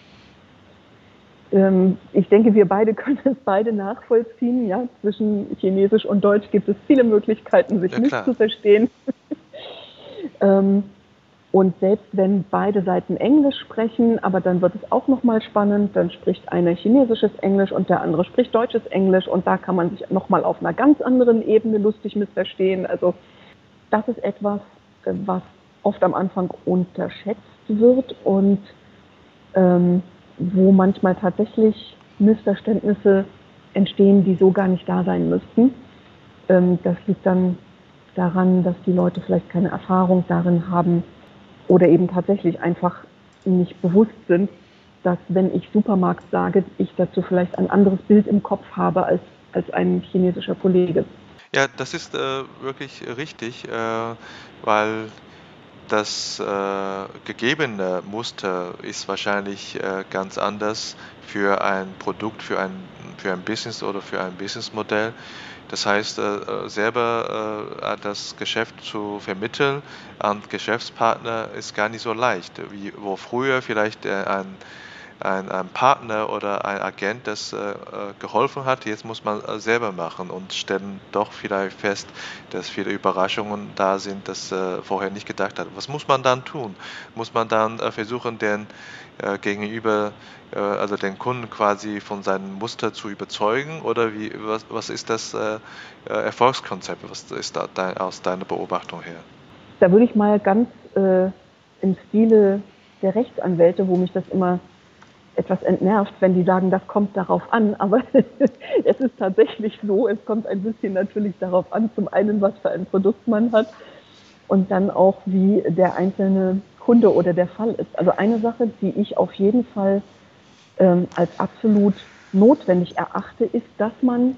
Ähm, ich denke, wir beide können es beide nachvollziehen. Ja? Zwischen Chinesisch und Deutsch gibt es viele Möglichkeiten, sich Ja, nicht klar. zu verstehen. ähm, und selbst wenn beide Seiten Englisch sprechen, aber dann wird es auch nochmal spannend, dann spricht einer chinesisches Englisch und der andere spricht deutsches Englisch und da kann man sich nochmal auf einer ganz anderen Ebene lustig missverstehen. Also das ist etwas, was oft am Anfang unterschätzt wird und ähm, wo manchmal tatsächlich Missverständnisse entstehen, die so gar nicht da sein müssten. Ähm, das liegt dann daran, dass die Leute vielleicht keine Erfahrung darin haben, oder eben tatsächlich einfach nicht bewusst sind, dass wenn ich Supermarkt sage, ich dazu vielleicht ein anderes Bild im Kopf habe als, als ein chinesischer Kollege. Ja, das ist äh, wirklich richtig, äh, weil das äh, gegebene Muster ist wahrscheinlich äh, ganz anders für ein Produkt, für ein, für ein Business oder für ein Businessmodell. Das heißt, äh, selber äh, das Geschäft zu vermitteln an Geschäftspartner ist gar nicht so leicht, wie wo früher vielleicht äh, ein ein, ein Partner oder ein Agent, das äh, geholfen hat. Jetzt muss man äh, selber machen und stellen doch vielleicht fest, dass viele Überraschungen da sind, das äh, vorher nicht gedacht hat. Was muss man dann tun? Muss man dann äh, versuchen, den äh, Gegenüber, äh, also den Kunden quasi von seinem Muster zu überzeugen? Oder wie, was, was ist das äh, Erfolgskonzept? Was ist da dein, aus deiner Beobachtung her? Da würde ich mal ganz äh, im Stile der Rechtsanwälte, wo mich das immer etwas entnervt, wenn die sagen, das kommt darauf an, aber es ist tatsächlich so, es kommt ein bisschen natürlich darauf an, zum einen, was für ein Produkt man hat und dann auch, wie der einzelne Kunde oder der Fall ist. Also eine Sache, die ich auf jeden Fall ähm, als absolut notwendig erachte, ist, dass man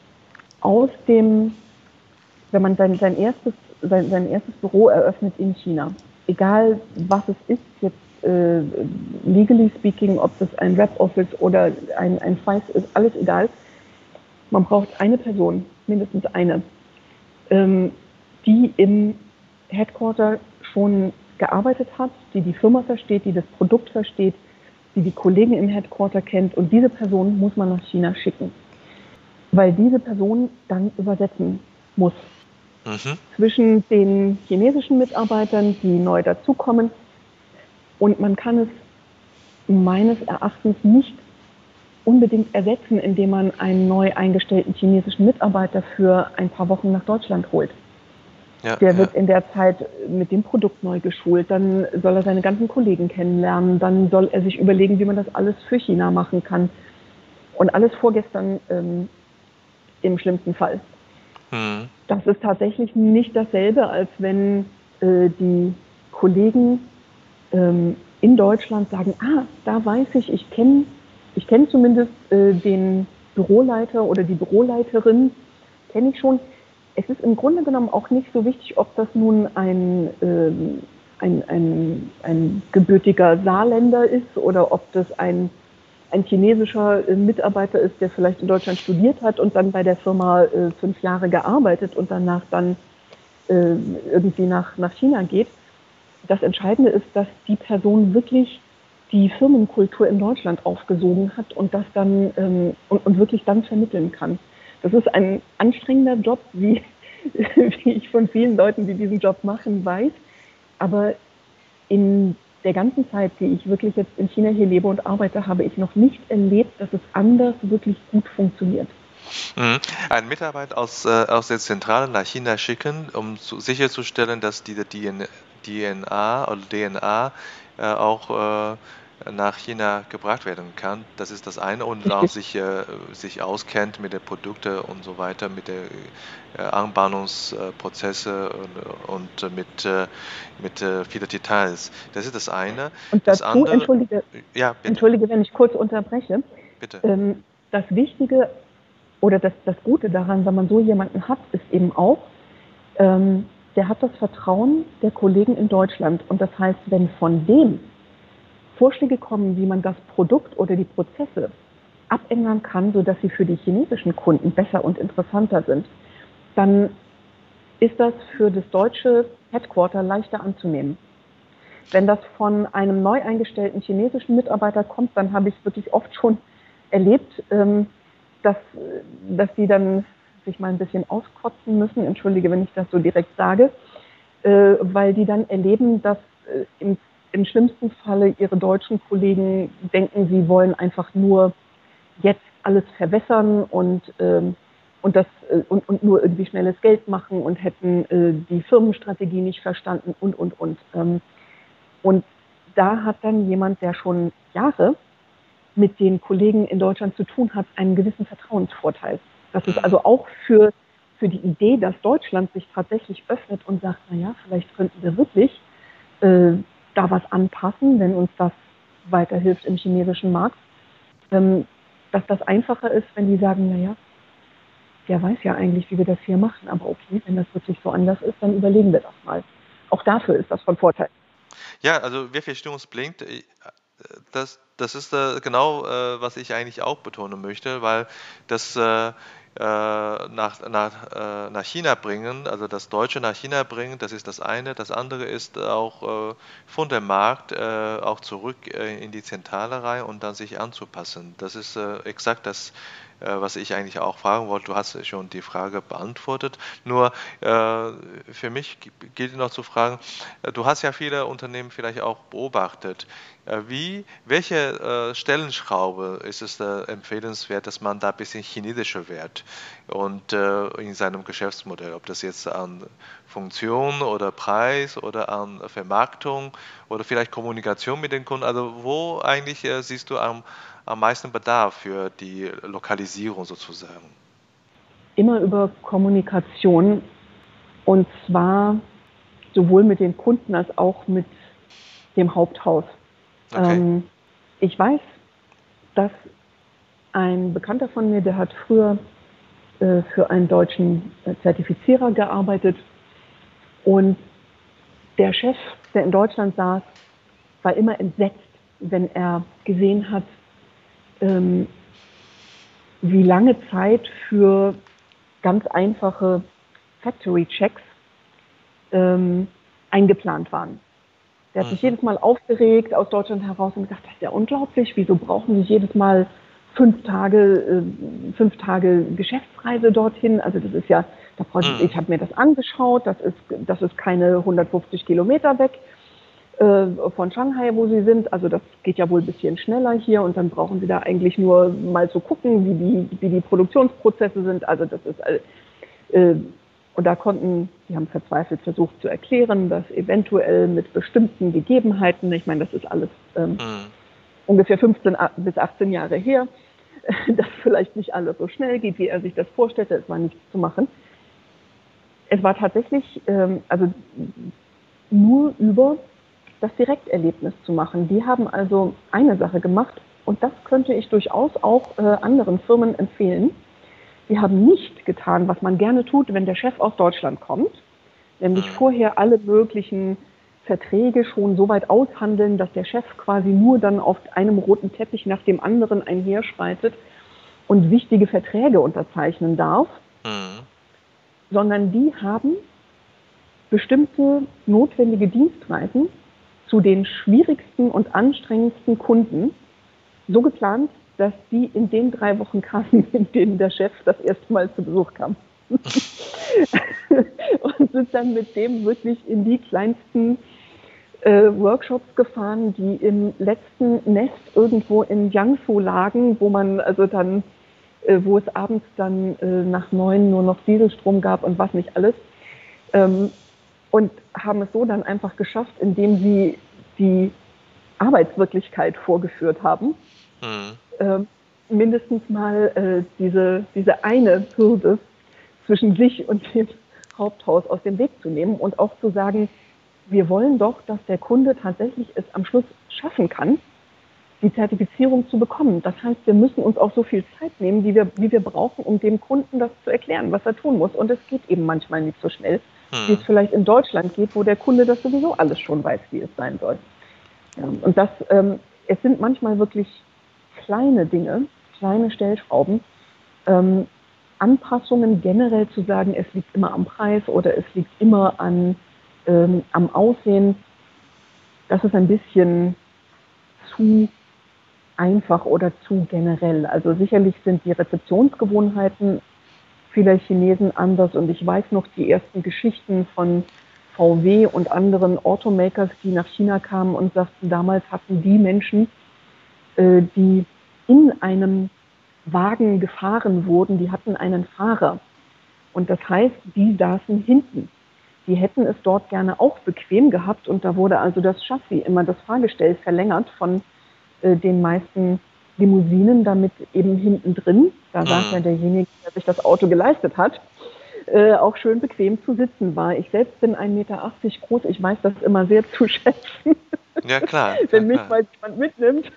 aus dem, wenn man sein, sein, erstes, sein, sein erstes Büro eröffnet in China, egal was es ist, jetzt äh, legally speaking, ob das ein Rep-Office oder ein, ein F I C ist, alles egal. Man braucht eine Person, mindestens eine, ähm, die im Headquarter schon gearbeitet hat, die die Firma versteht, die das Produkt versteht, die die Kollegen im Headquarter kennt, und diese Person muss man nach China schicken, weil diese Person dann übersetzen muss. Mhm. Zwischen den chinesischen Mitarbeitern, die neu dazukommen, und man kann es meines Erachtens nicht unbedingt ersetzen, indem man einen neu eingestellten chinesischen Mitarbeiter für ein paar Wochen nach Deutschland holt. Ja, der wird ja in der Zeit mit dem Produkt neu geschult, dann soll er seine ganzen Kollegen kennenlernen, dann soll er sich überlegen, wie man das alles für China machen kann. Und alles vorgestern ähm, im schlimmsten Fall. Hm. Das ist tatsächlich nicht dasselbe, als wenn äh, die Kollegen ähm, in Deutschland sagen, ah, da weiß ich, ich kenne ich kenn zumindest äh, den Büroleiter oder die Büroleiterin, kenne ich schon. Es ist im Grunde genommen auch nicht so wichtig, ob das nun ein, ähm, ein, ein, ein gebürtiger Saarländer ist oder ob das ein, ein chinesischer äh, Mitarbeiter ist, der vielleicht in Deutschland studiert hat und dann bei der Firma äh, fünf Jahre gearbeitet und danach dann äh, irgendwie nach, nach China geht. Das Entscheidende ist, dass die Person wirklich die Firmenkultur in Deutschland aufgesogen hat und das dann ähm, und, und wirklich dann vermitteln kann. Das ist ein anstrengender Job, wie, wie ich von vielen Leuten, die diesen Job machen, weiß. Aber in der ganzen Zeit, die ich wirklich jetzt in China hier lebe und arbeite, habe ich noch nicht erlebt, dass es anders wirklich gut funktioniert. Mhm. Einen Mitarbeiter aus, äh, aus der Zentrale nach China schicken, um zu, sicherzustellen, dass diese D N A oder D N A äh, auch äh, nach China gebracht werden kann. Das ist das eine. Und Richtig. auch sich, äh, sich auskennt mit den Produkten und so weiter, mit den äh, Anbahnungsprozesse und, und mit, äh, mit äh, vielen Details. Das ist das eine. Und das dazu, andere, entschuldige, ja, bitte. entschuldige, wenn ich kurz unterbreche. Bitte. Ähm, das Wichtige oder das, das Gute daran, wenn man so jemanden hat, ist eben auch, ähm, der hat das Vertrauen der Kollegen in Deutschland. Und das heißt, wenn von dem Vorschläge kommen, wie man das Produkt oder die Prozesse abändern kann, sodass sie für die chinesischen Kunden besser und interessanter sind, dann ist das für das deutsche Headquarter leichter anzunehmen. Wenn das von einem neu eingestellten chinesischen Mitarbeiter kommt, dann habe ich wirklich oft schon erlebt, ähm, dass, dass die dann sich mal ein bisschen auskotzen müssen, entschuldige, wenn ich das so direkt sage, äh, weil die dann erleben, dass äh, im, im schlimmsten Falle ihre deutschen Kollegen denken, sie wollen einfach nur jetzt alles verwässern und, ähm, und, das, äh, und, und nur irgendwie schnelles Geld machen und hätten äh, die Firmenstrategie nicht verstanden und, und, und. Ähm, und da hat dann jemand, der schon Jahre mit den Kollegen in Deutschland zu tun hat, einen gewissen Vertrauensvorteil. Das ist also auch für, für die Idee, dass Deutschland sich tatsächlich öffnet und sagt, naja, vielleicht könnten wir wirklich äh, da was anpassen, wenn uns das weiterhilft im chinesischen Markt, ähm, dass das einfacher ist, wenn die sagen, naja, der weiß ja eigentlich, wie wir das hier machen, aber okay, wenn das wirklich so anders ist, dann überlegen wir das mal. Auch dafür ist das von Vorteil. Ja, also wir verstehen uns blind. Das, das ist äh, genau, äh, was ich eigentlich auch betonen möchte, weil das äh, äh, nach, nach, äh, nach China bringen, also das Deutsche nach China bringen, das ist das eine. Das andere ist auch äh, von dem Markt äh, auch zurück äh, in die Zentrale rein und dann sich anzupassen. Das ist äh, exakt das, äh, was ich eigentlich auch fragen wollte. Du hast schon die Frage beantwortet. Nur äh, für mich gilt noch zu fragen, äh, du hast ja viele Unternehmen vielleicht auch beobachtet. Äh, wie, welche äh, Stellenschraube ist es äh, empfehlenswert, dass man da ein bisschen chinesischer wird und äh, in seinem Geschäftsmodell, ob das jetzt an Funktion oder Preis oder an Vermarktung oder vielleicht Kommunikation mit den Kunden, also wo eigentlich äh, siehst du am, am meisten Bedarf für die Lokalisierung sozusagen? Immer über Kommunikation, und zwar sowohl mit den Kunden als auch mit dem Haupthaus. Okay. Ähm, ich weiß, dass ein Bekannter von mir, der hat früher äh, für einen deutschen äh, Zertifizierer gearbeitet, und der Chef, der in Deutschland saß, war immer entsetzt, wenn er gesehen hat, ähm, wie lange Zeit für ganz einfache Factory-Checks ähm, eingeplant waren. Der hat sich Mhm. jedes Mal aufgeregt aus Deutschland heraus und gesagt, das ist ja unglaublich, wieso brauchen Sie jedes Mal fünf Tage, äh, fünf Tage Geschäftsreise dorthin? Also das ist ja, da brauche ich, ich Mhm. habe mir das angeschaut, das ist, das ist keine hundertfünfzig Kilometer weg äh, von Shanghai, wo Sie sind. Also das geht ja wohl ein bisschen schneller hier, und dann brauchen Sie da eigentlich nur mal zu gucken, wie die, wie die Produktionsprozesse sind. Also das ist äh, und da konnten, die haben verzweifelt versucht zu erklären, dass eventuell mit bestimmten Gegebenheiten, ich meine, das ist alles ähm, Mhm. ungefähr fünfzehn bis achtzehn Jahre her, dass vielleicht nicht alles so schnell geht, wie er sich das vorstellte. Es war nichts zu machen. Es war tatsächlich, ähm, also nur über das Direkterlebnis zu machen. Die haben also eine Sache gemacht, und das könnte ich durchaus auch äh, anderen Firmen empfehlen. Die haben nicht getan, was man gerne tut, wenn der Chef aus Deutschland kommt, nämlich Mhm. vorher alle möglichen Verträge schon so weit aushandeln, dass der Chef quasi nur dann auf einem roten Teppich nach dem anderen einherschreitet und wichtige Verträge unterzeichnen darf, Mhm. sondern die haben bestimmte notwendige Dienstreisen zu den schwierigsten und anstrengendsten Kunden so geplant, dass die in den drei Wochen kamen, in denen der Chef das erste Mal zu Besuch kam. Und sind dann mit dem wirklich in die kleinsten äh, Workshops gefahren, die im letzten Nest irgendwo in Jiangsu lagen, wo man also dann, äh, wo es abends dann äh, nach neun nur noch Dieselstrom gab und was nicht alles. Ähm, und haben es so dann einfach geschafft, indem sie die Arbeitswirklichkeit vorgeführt haben, Mhm. äh, mindestens mal äh, diese, diese eine Hürde zwischen sich und dem Haupthaus aus dem Weg zu nehmen und auch zu sagen, wir wollen doch, dass der Kunde tatsächlich es am Schluss schaffen kann, die Zertifizierung zu bekommen. Das heißt, wir müssen uns auch so viel Zeit nehmen, wie wir, wie wir brauchen, um dem Kunden das zu erklären, was er tun muss. Und es geht eben manchmal nicht so schnell, wie es Mhm. vielleicht in Deutschland geht, wo der Kunde das sowieso alles schon weiß, wie es sein soll. Ja, und das, ähm, es sind manchmal wirklich kleine Dinge, kleine Stellschrauben, ähm, Anpassungen generell zu sagen, es liegt immer am Preis oder es liegt immer an, ähm, am Aussehen, das ist ein bisschen zu einfach oder zu generell. Also sicherlich sind die Rezeptionsgewohnheiten vieler Chinesen anders, und ich weiß noch die ersten Geschichten von V W und anderen Automakers, die nach China kamen und sagten, damals hatten die Menschen, äh, die in einem Wagen gefahren wurden, die hatten einen Fahrer. Und das heißt, die saßen hinten. Die hätten es dort gerne auch bequem gehabt, und da wurde also das Chassis, immer das Fahrgestell verlängert von äh, den meisten Limousinen, damit eben hinten drin, da saß ja Mhm. derjenige, der sich das Auto geleistet hat, äh, auch schön bequem zu sitzen war. Ich selbst bin ein Meter achtzig groß, ich weiß das immer sehr zu schätzen, Ja, klar, klar, wenn mich klar. mal jemand mitnimmt.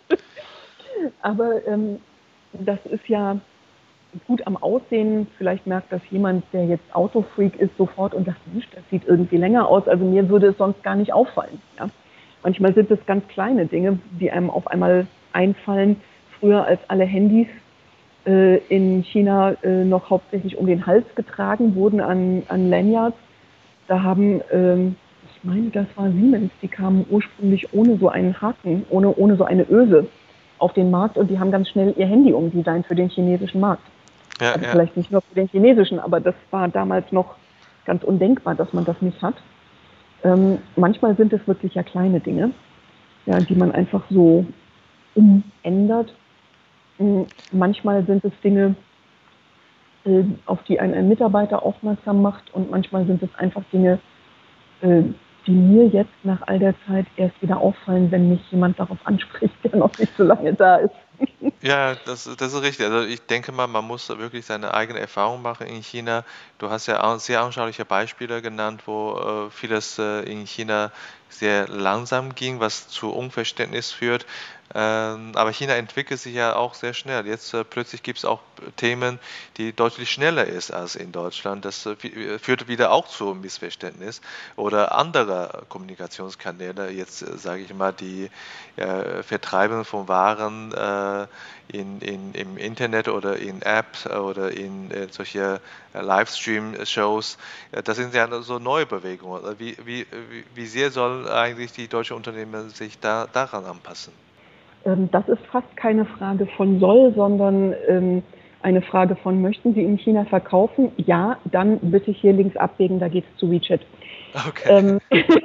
Aber ähm, das ist ja gut am Aussehen. Vielleicht merkt das jemand, der jetzt Autofreak ist, sofort und sagt, Mensch, das sieht irgendwie länger aus. Also mir würde es sonst gar nicht auffallen. Ja? Manchmal sind es ganz kleine Dinge, die einem auf einmal einfallen. Früher, als alle Handys äh, in China äh, noch hauptsächlich um den Hals getragen wurden an, an Lanyards, da haben, ähm, ich meine, das war Siemens, die kamen ursprünglich ohne so einen Haken, ohne, ohne so eine Öse auf den Markt und die haben ganz schnell ihr Handy umdesignt für den chinesischen Markt. Ja, Also ja. vielleicht nicht nur für den chinesischen, aber das war damals noch ganz undenkbar, dass man das nicht hat. Ähm, manchmal sind es wirklich ja kleine Dinge, ja, die man einfach so umändert. Ähm, manchmal sind es Dinge, äh, auf die ein, ein Mitarbeiter aufmerksam macht und manchmal sind es einfach Dinge, äh, die mir jetzt nach all der Zeit erst wieder auffallen, wenn mich jemand darauf anspricht, der noch nicht so lange da ist. Ja, das, das ist richtig. Also ich denke mal, man muss wirklich seine eigene Erfahrung machen in China. Du hast ja auch sehr anschauliche Beispiele genannt, wo äh, vieles äh, in China sehr langsam ging, was zu Unverständnis führt. Ähm, aber China entwickelt sich ja auch sehr schnell. Jetzt äh, plötzlich gibt es auch Themen, die deutlich schneller ist als in Deutschland. Das äh, fü- führt wieder auch zu Missverständnis oder andere Kommunikationskanäle. Jetzt äh, sage ich mal die äh, Vertreiben von Waren äh, in, in, im Internet oder in Apps oder in äh, solche äh, Livestream-Shows. Äh, das sind ja so neue Bewegungen. Wie, wie, wie, wie sehr sollen eigentlich die deutschen Unternehmen sich da daran anpassen? Ähm, das ist fast keine Frage von soll, sondern ähm, eine Frage von möchten Sie in China verkaufen? Ja, dann bitte hier links abbiegen, da geht es zu WeChat. Okay. Ähm,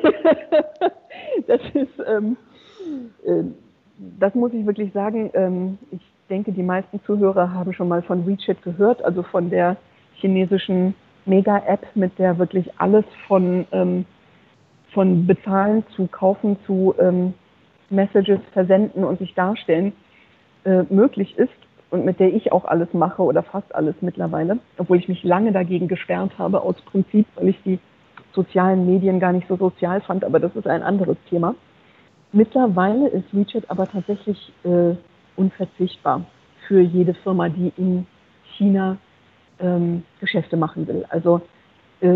das ist, ähm, äh, das muss ich wirklich sagen. Ähm, ich denke, die meisten Zuhörer haben schon mal von WeChat gehört, also von der chinesischen Mega-App, mit der wirklich alles von, ähm, von Bezahlen zu Kaufen zu ähm, Messages versenden und sich darstellen äh, möglich ist und mit der ich auch alles mache oder fast alles mittlerweile, obwohl ich mich lange dagegen gesperrt habe aus Prinzip, weil ich die sozialen Medien gar nicht so sozial fand, aber das ist ein anderes Thema. Mittlerweile ist WeChat aber tatsächlich äh, unverzichtbar für jede Firma, die in China ähm, Geschäfte machen will. Also äh,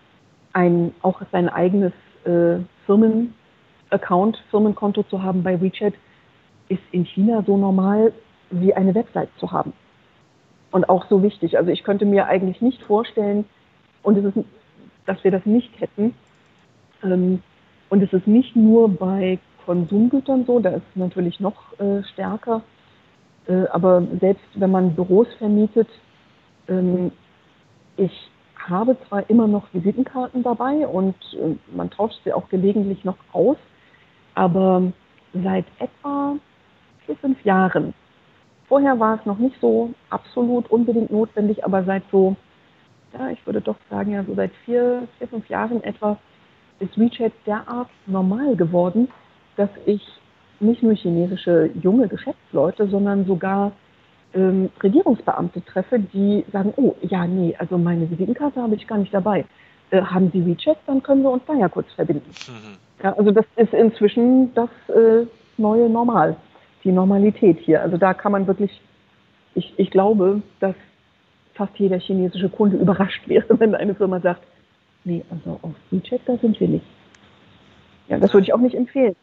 ein, auch sein eigenes äh, Firmenaccount, Firmenkonto zu haben bei WeChat, ist in China so normal wie eine Website zu haben. Und auch so wichtig. Also ich könnte mir eigentlich nicht vorstellen, und es ist, dass wir das nicht hätten. Ähm, und es ist nicht nur bei Konsumgütern so, da ist es natürlich noch äh, stärker. Äh, aber selbst wenn man Büros vermietet, ähm, ich habe zwar immer noch Visitenkarten dabei und äh, man tauscht sie auch gelegentlich noch aus, aber seit etwa vier, fünf Jahren. Vorher war es noch nicht so absolut unbedingt notwendig, aber seit so, ja, ich würde doch sagen, ja, so seit vier, vier, fünf Jahren etwa ist WeChat derart normal geworden, dass ich nicht nur chinesische junge Geschäftsleute, sondern sogar ähm, Regierungsbeamte treffe, die sagen, oh, ja, nee, also meine Visitenkarte habe ich gar nicht dabei. Äh, haben Sie WeChat, dann können wir uns da ja kurz verbinden. Mhm. Ja, also das ist inzwischen das äh, neue Normal, die Normalität hier. Also da kann man wirklich, ich, ich glaube, dass fast jeder chinesische Kunde überrascht wäre, wenn eine Firma sagt, nee, also auf WeChat, da sind wir nicht. Ja, das würde Ja, ich auch nicht empfehlen.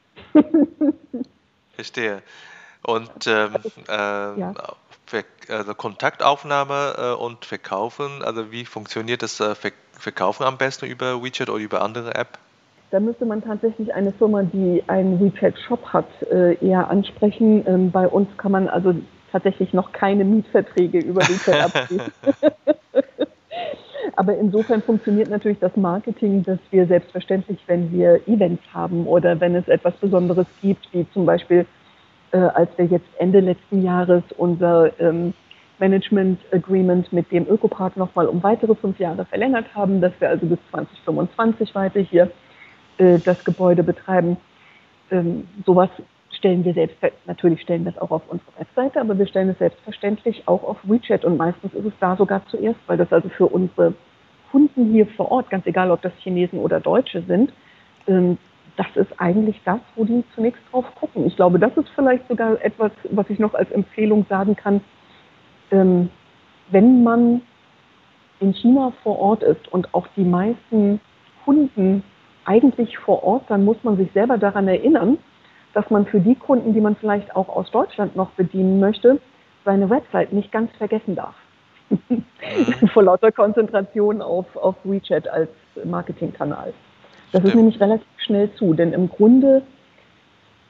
verstehe. Und ähm, Ja. ähm, Ver also Kontaktaufnahme äh, und Verkaufen, also wie funktioniert das äh, Ver Verkaufen am besten über WeChat oder über andere App? Da müsste man tatsächlich eine Firma, die einen WeChat-Shop hat, äh, eher ansprechen. Ähm, bei uns kann man also tatsächlich noch keine Mietverträge über WeChat abschließen. Aber insofern funktioniert natürlich das Marketing, dass wir selbstverständlich, wenn wir Events haben oder wenn es etwas Besonderes gibt, wie zum Beispiel, äh, als wir jetzt Ende letzten Jahres unser ähm, Management Agreement mit dem Ökopark nochmal um weitere fünf Jahre verlängert haben, dass wir also bis zwanzig fünfundzwanzig weiter hier äh, das Gebäude betreiben. Ähm, sowas stellen wir selbst, natürlich stellen wir es auch auf unsere Webseite, aber wir stellen es selbstverständlich auch auf WeChat und meistens ist es da sogar zuerst, weil das also für unsere Kunden hier vor Ort, ganz egal ob das Chinesen oder Deutsche sind, ähm, das ist eigentlich das, wo die zunächst drauf gucken. Ich glaube, das ist vielleicht sogar etwas, was ich noch als Empfehlung sagen kann. Ähm, wenn man in China vor Ort ist und auch die meisten Kunden eigentlich vor Ort, dann muss man sich selber daran erinnern, dass man für die Kunden, die man vielleicht auch aus Deutschland noch bedienen möchte, seine Website nicht ganz vergessen darf. Mhm. Vor lauter Konzentration auf, auf WeChat als Marketingkanal. Das ist Stimmt. nämlich relativ schnell zu, denn im Grunde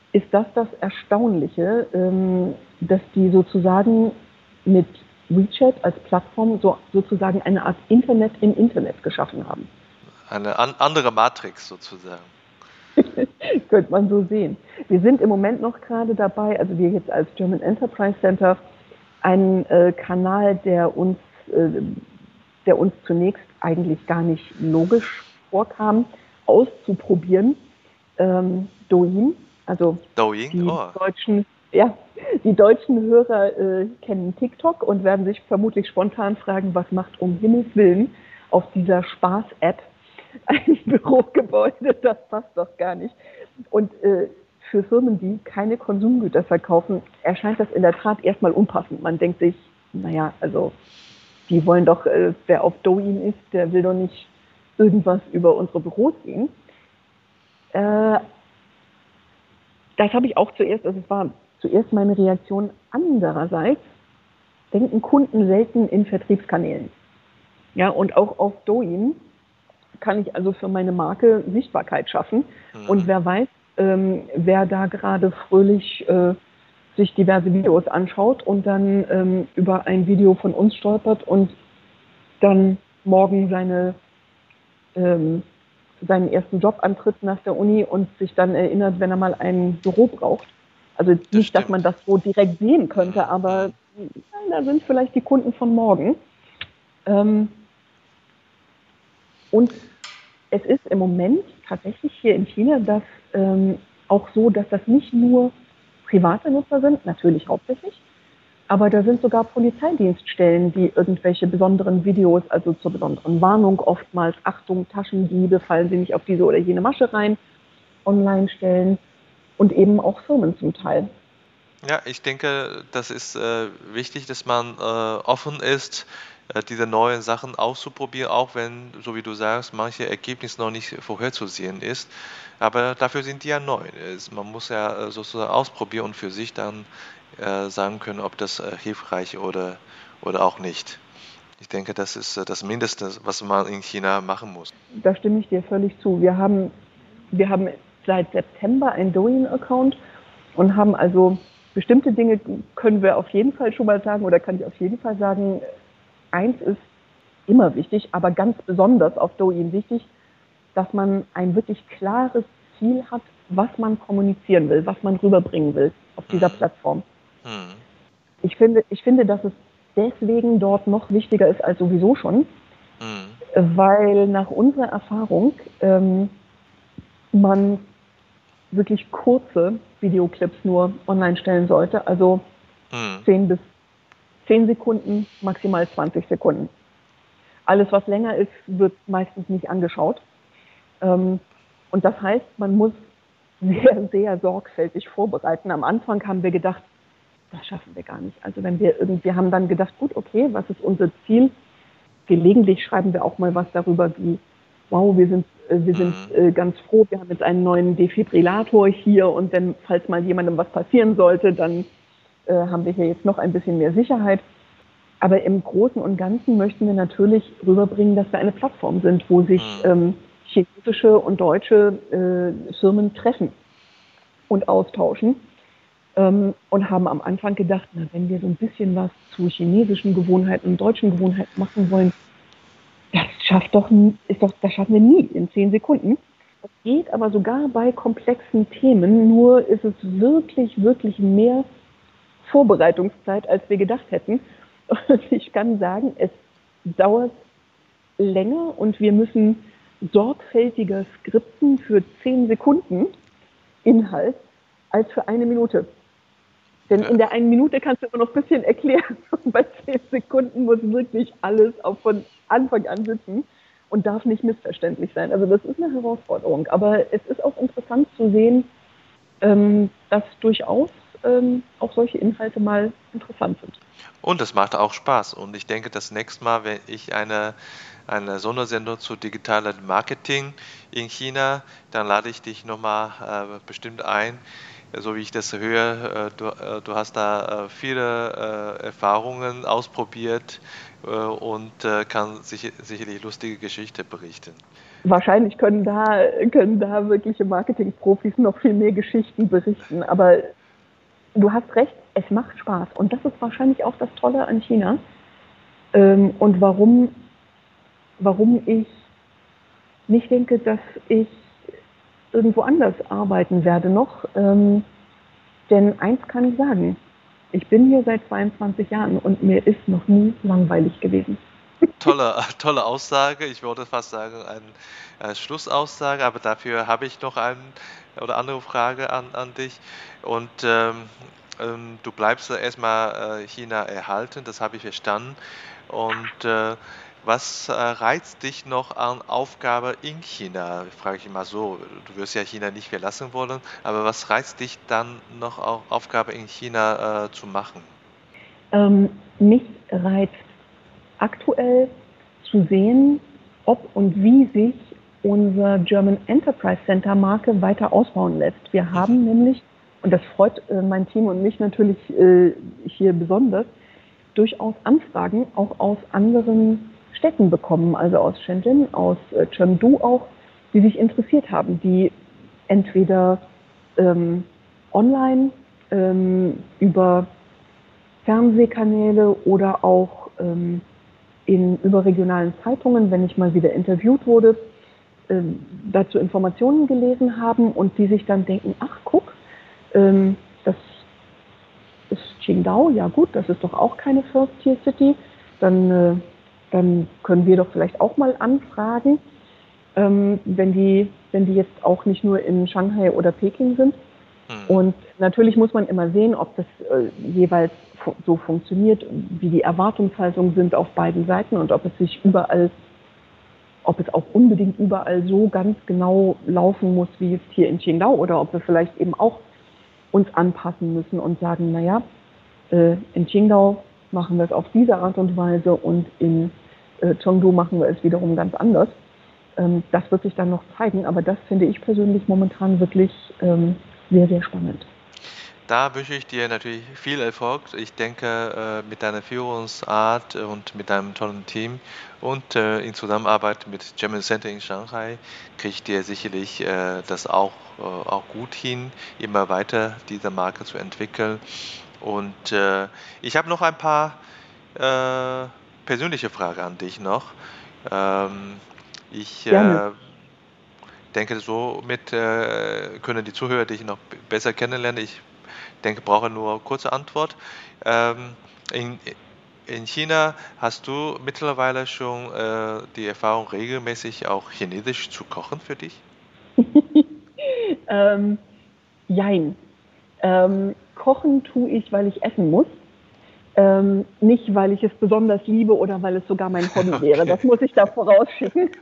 ist das das Erstaunliche, ähm, dass die sozusagen mit WeChat als Plattform so, sozusagen eine Art Internet im Internet geschaffen haben. Eine an andere Matrix sozusagen. Könnte man so sehen. Wir sind im Moment noch gerade dabei, also wir jetzt als German Enterprise Center, einen äh, Kanal, der uns, äh, der uns zunächst eigentlich gar nicht logisch vorkam, auszuprobieren. Ähm, Douyin, also Douyin, die oh, deutschen, ja, die deutschen Hörer äh, kennen TikTok und werden sich vermutlich spontan fragen, was macht um Himmels Willen auf dieser Spaß-App ein Bürogebäude, das passt doch gar nicht. Und äh, für Firmen, die keine Konsumgüter verkaufen, erscheint das in der Tat erstmal unpassend. Man denkt sich, naja, also die wollen doch, äh, wer auf Douyin ist, der will doch nicht irgendwas über unsere Büros sehen. Äh, das habe ich auch zuerst, also es war zuerst meine Reaktion. Andererseits denken Kunden selten in Vertriebskanälen. Ja, und auch auf Douyin kann ich also für meine Marke Sichtbarkeit schaffen. mhm. Und wer weiß, ähm, wer da gerade fröhlich äh, sich diverse Videos anschaut und dann ähm, über ein Video von uns stolpert und dann morgen seine, ähm, seinen ersten Job antritt nach der Uni und sich dann erinnert, wenn er mal ein Büro braucht. Also Das nicht, dass stimmt. man das so direkt sehen könnte, Mhm. aber na, da sind vielleicht die Kunden von morgen. Ähm, und es ist im Moment tatsächlich hier in China das ähm, auch so, dass das nicht nur private Nutzer sind, natürlich hauptsächlich, aber da sind sogar Polizeidienststellen, die irgendwelche besonderen Videos, also zur besonderen Warnung oftmals, Achtung, Taschendiebe, fallen Sie nicht auf diese oder jene Masche rein, online stellen und eben auch Firmen zum Teil. Ja, ich denke, das ist äh, wichtig, dass man äh, offen ist, äh, diese neuen Sachen auszuprobieren, auch wenn, so wie du sagst, manche Ergebnisse noch nicht vorherzusehen ist. Aber dafür sind die ja neu. Es, man muss ja äh, sozusagen ausprobieren und für sich dann äh, sagen können, ob das äh, hilfreich oder, oder auch nicht. Ich denke, das ist äh, das Mindeste, was man in China machen muss. Da stimme ich dir völlig zu. Wir haben, wir haben seit September einen Douyin-Account und haben also bestimmte Dinge, können wir auf jeden Fall schon mal sagen, oder kann ich auf jeden Fall sagen, eins ist immer wichtig, aber ganz besonders auf Douyin wichtig, dass man ein wirklich klares Ziel hat, was man kommunizieren will, was man rüberbringen will auf dieser Hm. Plattform. Hm. Ich finde, ich finde, dass es deswegen dort noch wichtiger ist als sowieso schon, Hm. weil nach unserer Erfahrung ähm, man wirklich kurze Videoclips nur online stellen sollte, also Hm. zehn bis zehn Sekunden, maximal zwanzig Sekunden. Alles, was länger ist, wird meistens nicht angeschaut. Ähm, und das heißt, man muss sehr, sehr sorgfältig vorbereiten. Am Anfang haben wir gedacht, das schaffen wir gar nicht. Also wenn wir irgendwie haben dann gedacht, gut, okay, was ist unser Ziel? Gelegentlich schreiben wir auch mal was darüber wie, wow, wir sind, äh, wir sind Hm. äh, ganz froh, wir haben jetzt einen neuen Defibrillator hier und wenn, falls mal jemandem was passieren sollte, dann äh, haben wir hier jetzt noch ein bisschen mehr Sicherheit. Aber im Großen und Ganzen möchten wir natürlich rüberbringen, dass wir eine Plattform sind, wo sich Hm. ähm, chinesische und deutsche äh, Firmen treffen und austauschen. Ähm, und haben am Anfang gedacht, na, wenn wir so ein bisschen was zu chinesischen Gewohnheiten und deutschen Gewohnheiten machen wollen, das schafft doch, ist doch, das schaffen wir nie in zehn Sekunden. Das geht aber sogar bei komplexen Themen, nur ist es wirklich, wirklich mehr Vorbereitungszeit, als wir gedacht hätten. Und ich kann sagen, es dauert länger und wir müssen sorgfältiger skripten für zehn Sekunden Inhalt als für eine Minute. Denn Ja. in der einen Minute kannst du immer noch ein bisschen erklären. Und bei zehn Sekunden muss wirklich alles auch von Anfang an sitzen und darf nicht missverständlich sein. Also das ist eine Herausforderung. Aber es ist auch interessant zu sehen, ähm, dass durchaus ähm, auch solche Inhalte mal interessant sind. Und es macht auch Spaß. Und ich denke, das nächste Mal, wenn ich eine, eine Sondersendung zu digitalen Marketing in China, dann lade ich dich nochmal äh, bestimmt ein. So wie ich das höre, äh, du, äh, du hast da äh, viele äh, Erfahrungen ausprobiert äh, und äh, kann sich, sicherlich lustige Geschichte berichten. Wahrscheinlich können da, können da wirkliche Marketingprofis noch viel mehr Geschichten berichten. Aber du hast recht, es macht Spaß. Und das ist wahrscheinlich auch das Tolle an China. Ähm, und warum, warum ich nicht denke, dass ich irgendwo anders arbeiten werde noch. Ähm, denn eins kann ich sagen, ich bin hier seit zweiundzwanzig Jahren und mir ist noch nie langweilig gewesen. Tolle, tolle Aussage. Ich würde fast sagen, eine äh, Schlussaussage, aber dafür habe ich noch eine oder andere Frage an, an dich. Und ähm, ähm, du bleibst erstmal äh, China erhalten, das habe ich verstanden. Und äh, was äh, reizt dich noch an Aufgabe in China? Frage ich mal so. Du wirst ja China nicht verlassen wollen, aber was reizt dich dann noch auf Aufgabe in China äh, zu machen? Ähm, mich reizt aktuell zu sehen, ob und wie sich unser German Enterprise Center Marke weiter ausbauen lässt. Wir Mhm. haben nämlich, und das freut äh, mein Team und mich natürlich äh, hier besonders, durchaus Anfragen auch aus anderen Städten bekommen, also aus Shenzhen, aus äh, Chengdu auch, die sich interessiert haben, die entweder ähm, online ähm, über Fernsehkanäle oder auch ähm, in überregionalen Zeitungen, wenn ich mal wieder interviewt wurde, ähm, dazu Informationen gelesen haben und die sich dann denken, ach guck, ähm, das ist Qingdao, ja gut, das ist doch auch keine First-Tier-City, dann, äh, dann können wir doch vielleicht auch mal anfragen, ähm, wenn, die, wenn die jetzt auch nicht nur in Shanghai oder Peking sind. Mhm. Und natürlich muss man immer sehen, ob das äh, jeweils fu so funktioniert, wie die Erwartungshaltungen sind auf beiden Seiten und ob es sich überall, ob es auch unbedingt überall so ganz genau laufen muss, wie jetzt hier in Qingdao, oder ob wir vielleicht eben auch uns anpassen müssen und sagen, naja, äh, in Qingdao machen wir es auf diese Art und Weise und in äh, Chengdu machen wir es wiederum ganz anders. Ähm, das wird sich dann noch zeigen, aber das finde ich persönlich momentan wirklich ähm, sehr, sehr spannend. Da wünsche ich dir natürlich viel Erfolg. Ich denke, äh, mit deiner Führungsart und mit deinem tollen Team und äh, in Zusammenarbeit mit German Center in Shanghai kriegt ihr sicherlich äh, das auch, äh, auch gut hin, immer weiter diese Marke zu entwickeln. Und äh, ich habe noch ein paar äh, persönliche Fragen an dich noch. Ähm, ich Gerne. äh, denke, somit äh, können die Zuhörer dich noch b- besser kennenlernen. Ich denke, brauche nur kurze Antwort. Ähm, in, in China hast du mittlerweile schon äh, die Erfahrung, regelmäßig auch Chinesisch zu kochen für dich? ähm, jein. Ähm, kochen tue ich, weil ich essen muss. Ähm, nicht, weil ich es besonders liebe oder weil es sogar mein Hobby wäre. Okay. Das muss ich da vorausschicken.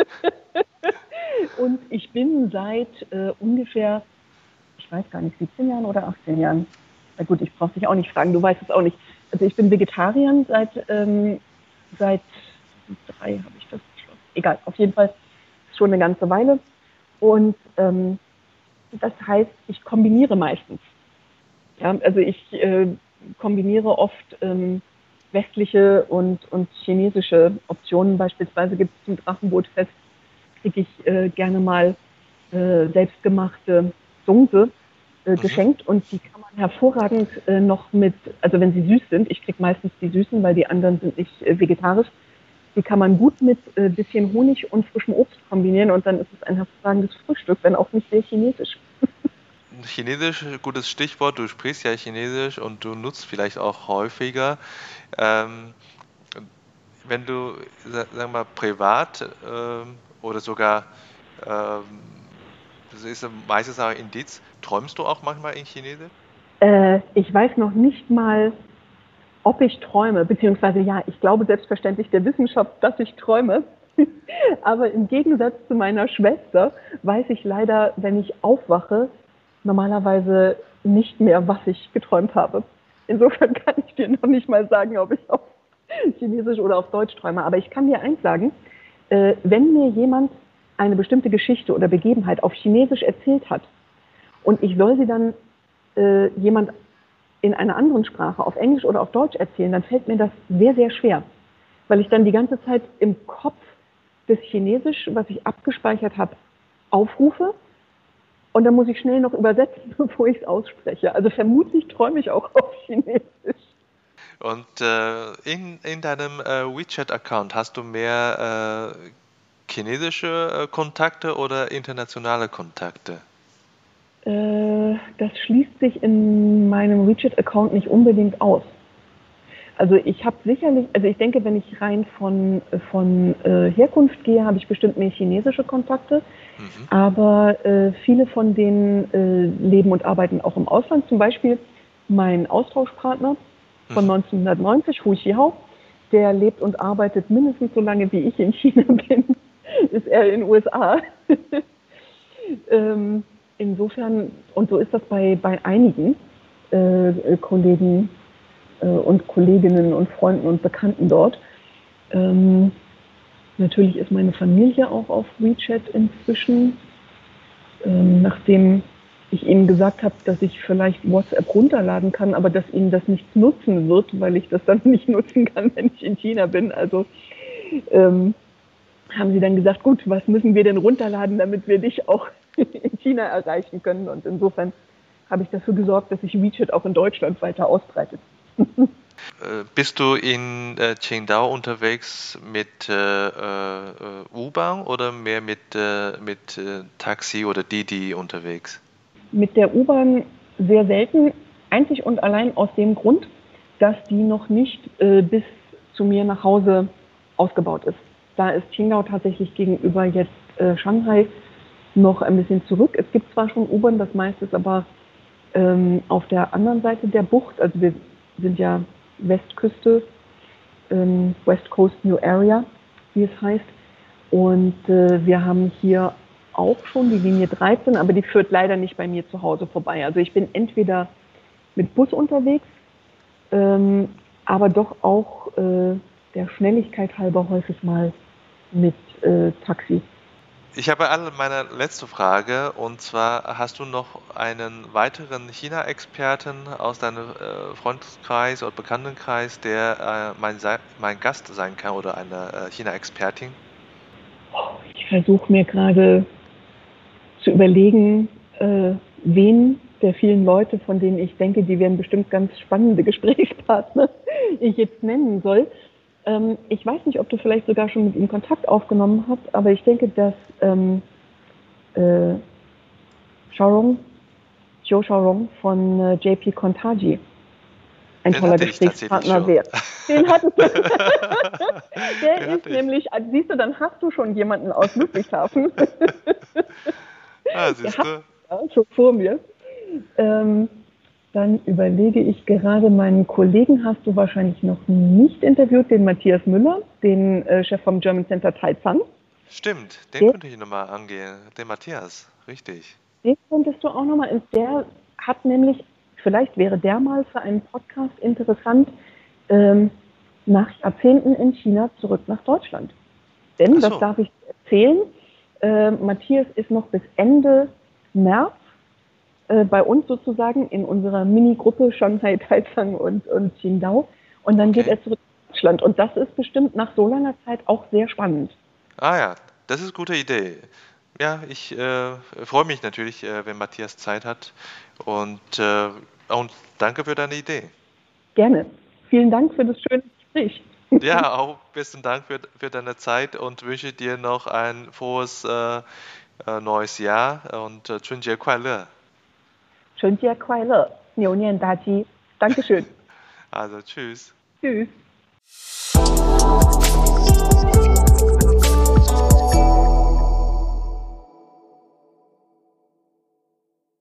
Und ich bin seit äh, ungefähr, ich weiß gar nicht, siebzehn Jahren oder achtzehn Jahren. Na gut, ich brauche dich auch nicht fragen, du weißt es auch nicht. Also ich bin Vegetarier seit, ähm, seit drei habe ich das beschlossen. Egal, auf jeden Fall schon eine ganze Weile. Und ähm, das heißt, ich kombiniere meistens. Ja, also ich äh, kombiniere oft ähm, westliche und, und chinesische Optionen. Beispielsweise gibt es zum Drachenbootfest, kriege ich äh, gerne mal äh, selbstgemachte Sungse äh, Mhm. geschenkt und die kann man hervorragend äh, noch mit, also wenn sie süß sind, ich kriege meistens die süßen, weil die anderen sind nicht äh, vegetarisch, die kann man gut mit äh, bisschen Honig und frischem Obst kombinieren und dann ist es ein hervorragendes Frühstück, wenn auch nicht sehr chinesisch. Chinesisch, gutes Stichwort. Du sprichst ja Chinesisch und du nutzt vielleicht auch häufiger. Ähm, wenn du, sa- sagen wir mal, privat ähm, oder sogar, ähm, das ist ja meistens auch Indiz, träumst du auch manchmal in Chinesisch? Äh, ich weiß noch nicht mal, ob ich träume, beziehungsweise ja, ich glaube selbstverständlich der Wissenschaft, dass ich träume. Aber im Gegensatz zu meiner Schwester weiß ich leider, wenn ich aufwache, normalerweise nicht mehr, was ich geträumt habe. Insofern kann ich dir noch nicht mal sagen, ob ich auf Chinesisch oder auf Deutsch träume. Aber ich kann dir eins sagen, äh, wenn mir jemand eine bestimmte Geschichte oder Begebenheit auf Chinesisch erzählt hat und ich soll sie dann äh, jemand in einer anderen Sprache, auf Englisch oder auf Deutsch erzählen, dann fällt mir das sehr, sehr schwer, weil ich dann die ganze Zeit im Kopf das Chinesisch, was ich abgespeichert habe, aufrufe und dann muss ich schnell noch übersetzen, bevor ich es ausspreche. Also vermutlich träume ich auch auf Chinesisch. Und äh, in, in deinem äh, WeChat-Account hast du mehr äh, chinesische äh, Kontakte oder internationale Kontakte? Äh, das schließt sich in meinem WeChat-Account nicht unbedingt aus. Also ich habe sicherlich, also ich denke, wenn ich rein von, von äh, Herkunft gehe, habe ich bestimmt mehr chinesische Kontakte. Mhm. Aber äh, viele von denen äh, leben und arbeiten auch im Ausland. Zum Beispiel mein Austauschpartner von mhm. neunzehnhundertneunzig, Hu Xihao, der lebt und arbeitet mindestens so lange, wie ich in China bin, ist er in den U S A. ähm, insofern, und so ist das bei, bei einigen äh, Kollegen und Kolleginnen und Freunden und Bekannten dort. Ähm, natürlich ist meine Familie auch auf WeChat inzwischen. Ähm, nachdem ich ihnen gesagt habe, dass ich vielleicht WhatsApp runterladen kann, aber dass ihnen das nichts nutzen wird, weil ich das dann nicht nutzen kann, wenn ich in China bin. Also ähm, haben sie dann gesagt, gut, was müssen wir denn runterladen, damit wir dich auch in China erreichen können. Und insofern habe ich dafür gesorgt, dass sich WeChat auch in Deutschland weiter ausbreitet. Bist du in äh, Qingdao unterwegs mit äh, äh, U-Bahn oder mehr mit, äh, mit äh, Taxi oder Didi unterwegs? Mit der U-Bahn sehr selten, einzig und allein aus dem Grund, dass die noch nicht äh, bis zu mir nach Hause ausgebaut ist. Da ist Qingdao tatsächlich gegenüber jetzt äh, Shanghai noch ein bisschen zurück. Es gibt zwar schon U-Bahn, das meiste ist aber ähm, auf der anderen Seite der Bucht. Also wir sind ja Westküste, ähm, West Coast New Area, wie es heißt. Und äh, wir haben hier auch schon die Linie dreizehn, aber die führt leider nicht bei mir zu Hause vorbei. Also ich bin entweder mit Bus unterwegs, ähm, aber doch auch äh, der Schnelligkeit halber häufig mal mit äh, Taxi. Ich habe alle meine letzte Frage, und zwar, hast du noch einen weiteren China-Experten aus deinem äh, Freundeskreis oder Bekanntenkreis, der äh, mein, mein Gast sein kann oder eine äh, China-Expertin? Ich versuche mir gerade zu überlegen, äh, wen der vielen Leute, von denen ich denke, die wären bestimmt ganz spannende Gesprächspartner, ich jetzt nennen soll. Ähm, ich weiß nicht, ob du vielleicht sogar schon mit ihm Kontakt aufgenommen hast, aber ich denke, dass ähm, äh, Xiaorong, Zhou Xiaorong von äh, J P Contagy ein Den toller hatte ich Gesprächspartner wäre. Den hattest du. Der Den ist nämlich, siehst du, dann hast du schon jemanden aus Ludwigshafen. Ah, siehst du. Ja, schon vor mir. Ähm, dann überlege ich gerade, meinen Kollegen hast du wahrscheinlich noch nicht interviewt, den Matthias Müller, den äh, Chef vom German Center Taizang. Stimmt, den der, könnte ich nochmal angehen, den Matthias, richtig. Den könntest du auch nochmal, der hat nämlich, vielleicht wäre der mal für einen Podcast interessant, ähm, nach Jahrzehnten in China zurück nach Deutschland. Denn, so. Das darf ich erzählen, äh, Matthias ist noch bis Ende März äh, bei uns sozusagen in unserer Mini-Gruppe Shanghai, Taizang und, und Qingdao. Und dann okay. geht er zurück nach Deutschland. Und das ist bestimmt nach so langer Zeit auch sehr spannend. Ah ja, das ist eine gute Idee. Ja, ich äh, freue mich natürlich, äh, wenn Matthias Zeit hat. Und, äh, und danke für deine Idee. Gerne. Vielen Dank für das schöne Gespräch. Ja, auch besten Dank für, für deine Zeit und wünsche dir noch ein frohes äh, äh, neues Jahr und äh, 春节快乐. 春节快乐，牛年大吉。Dankeschön. Also tschüss. Tschüss.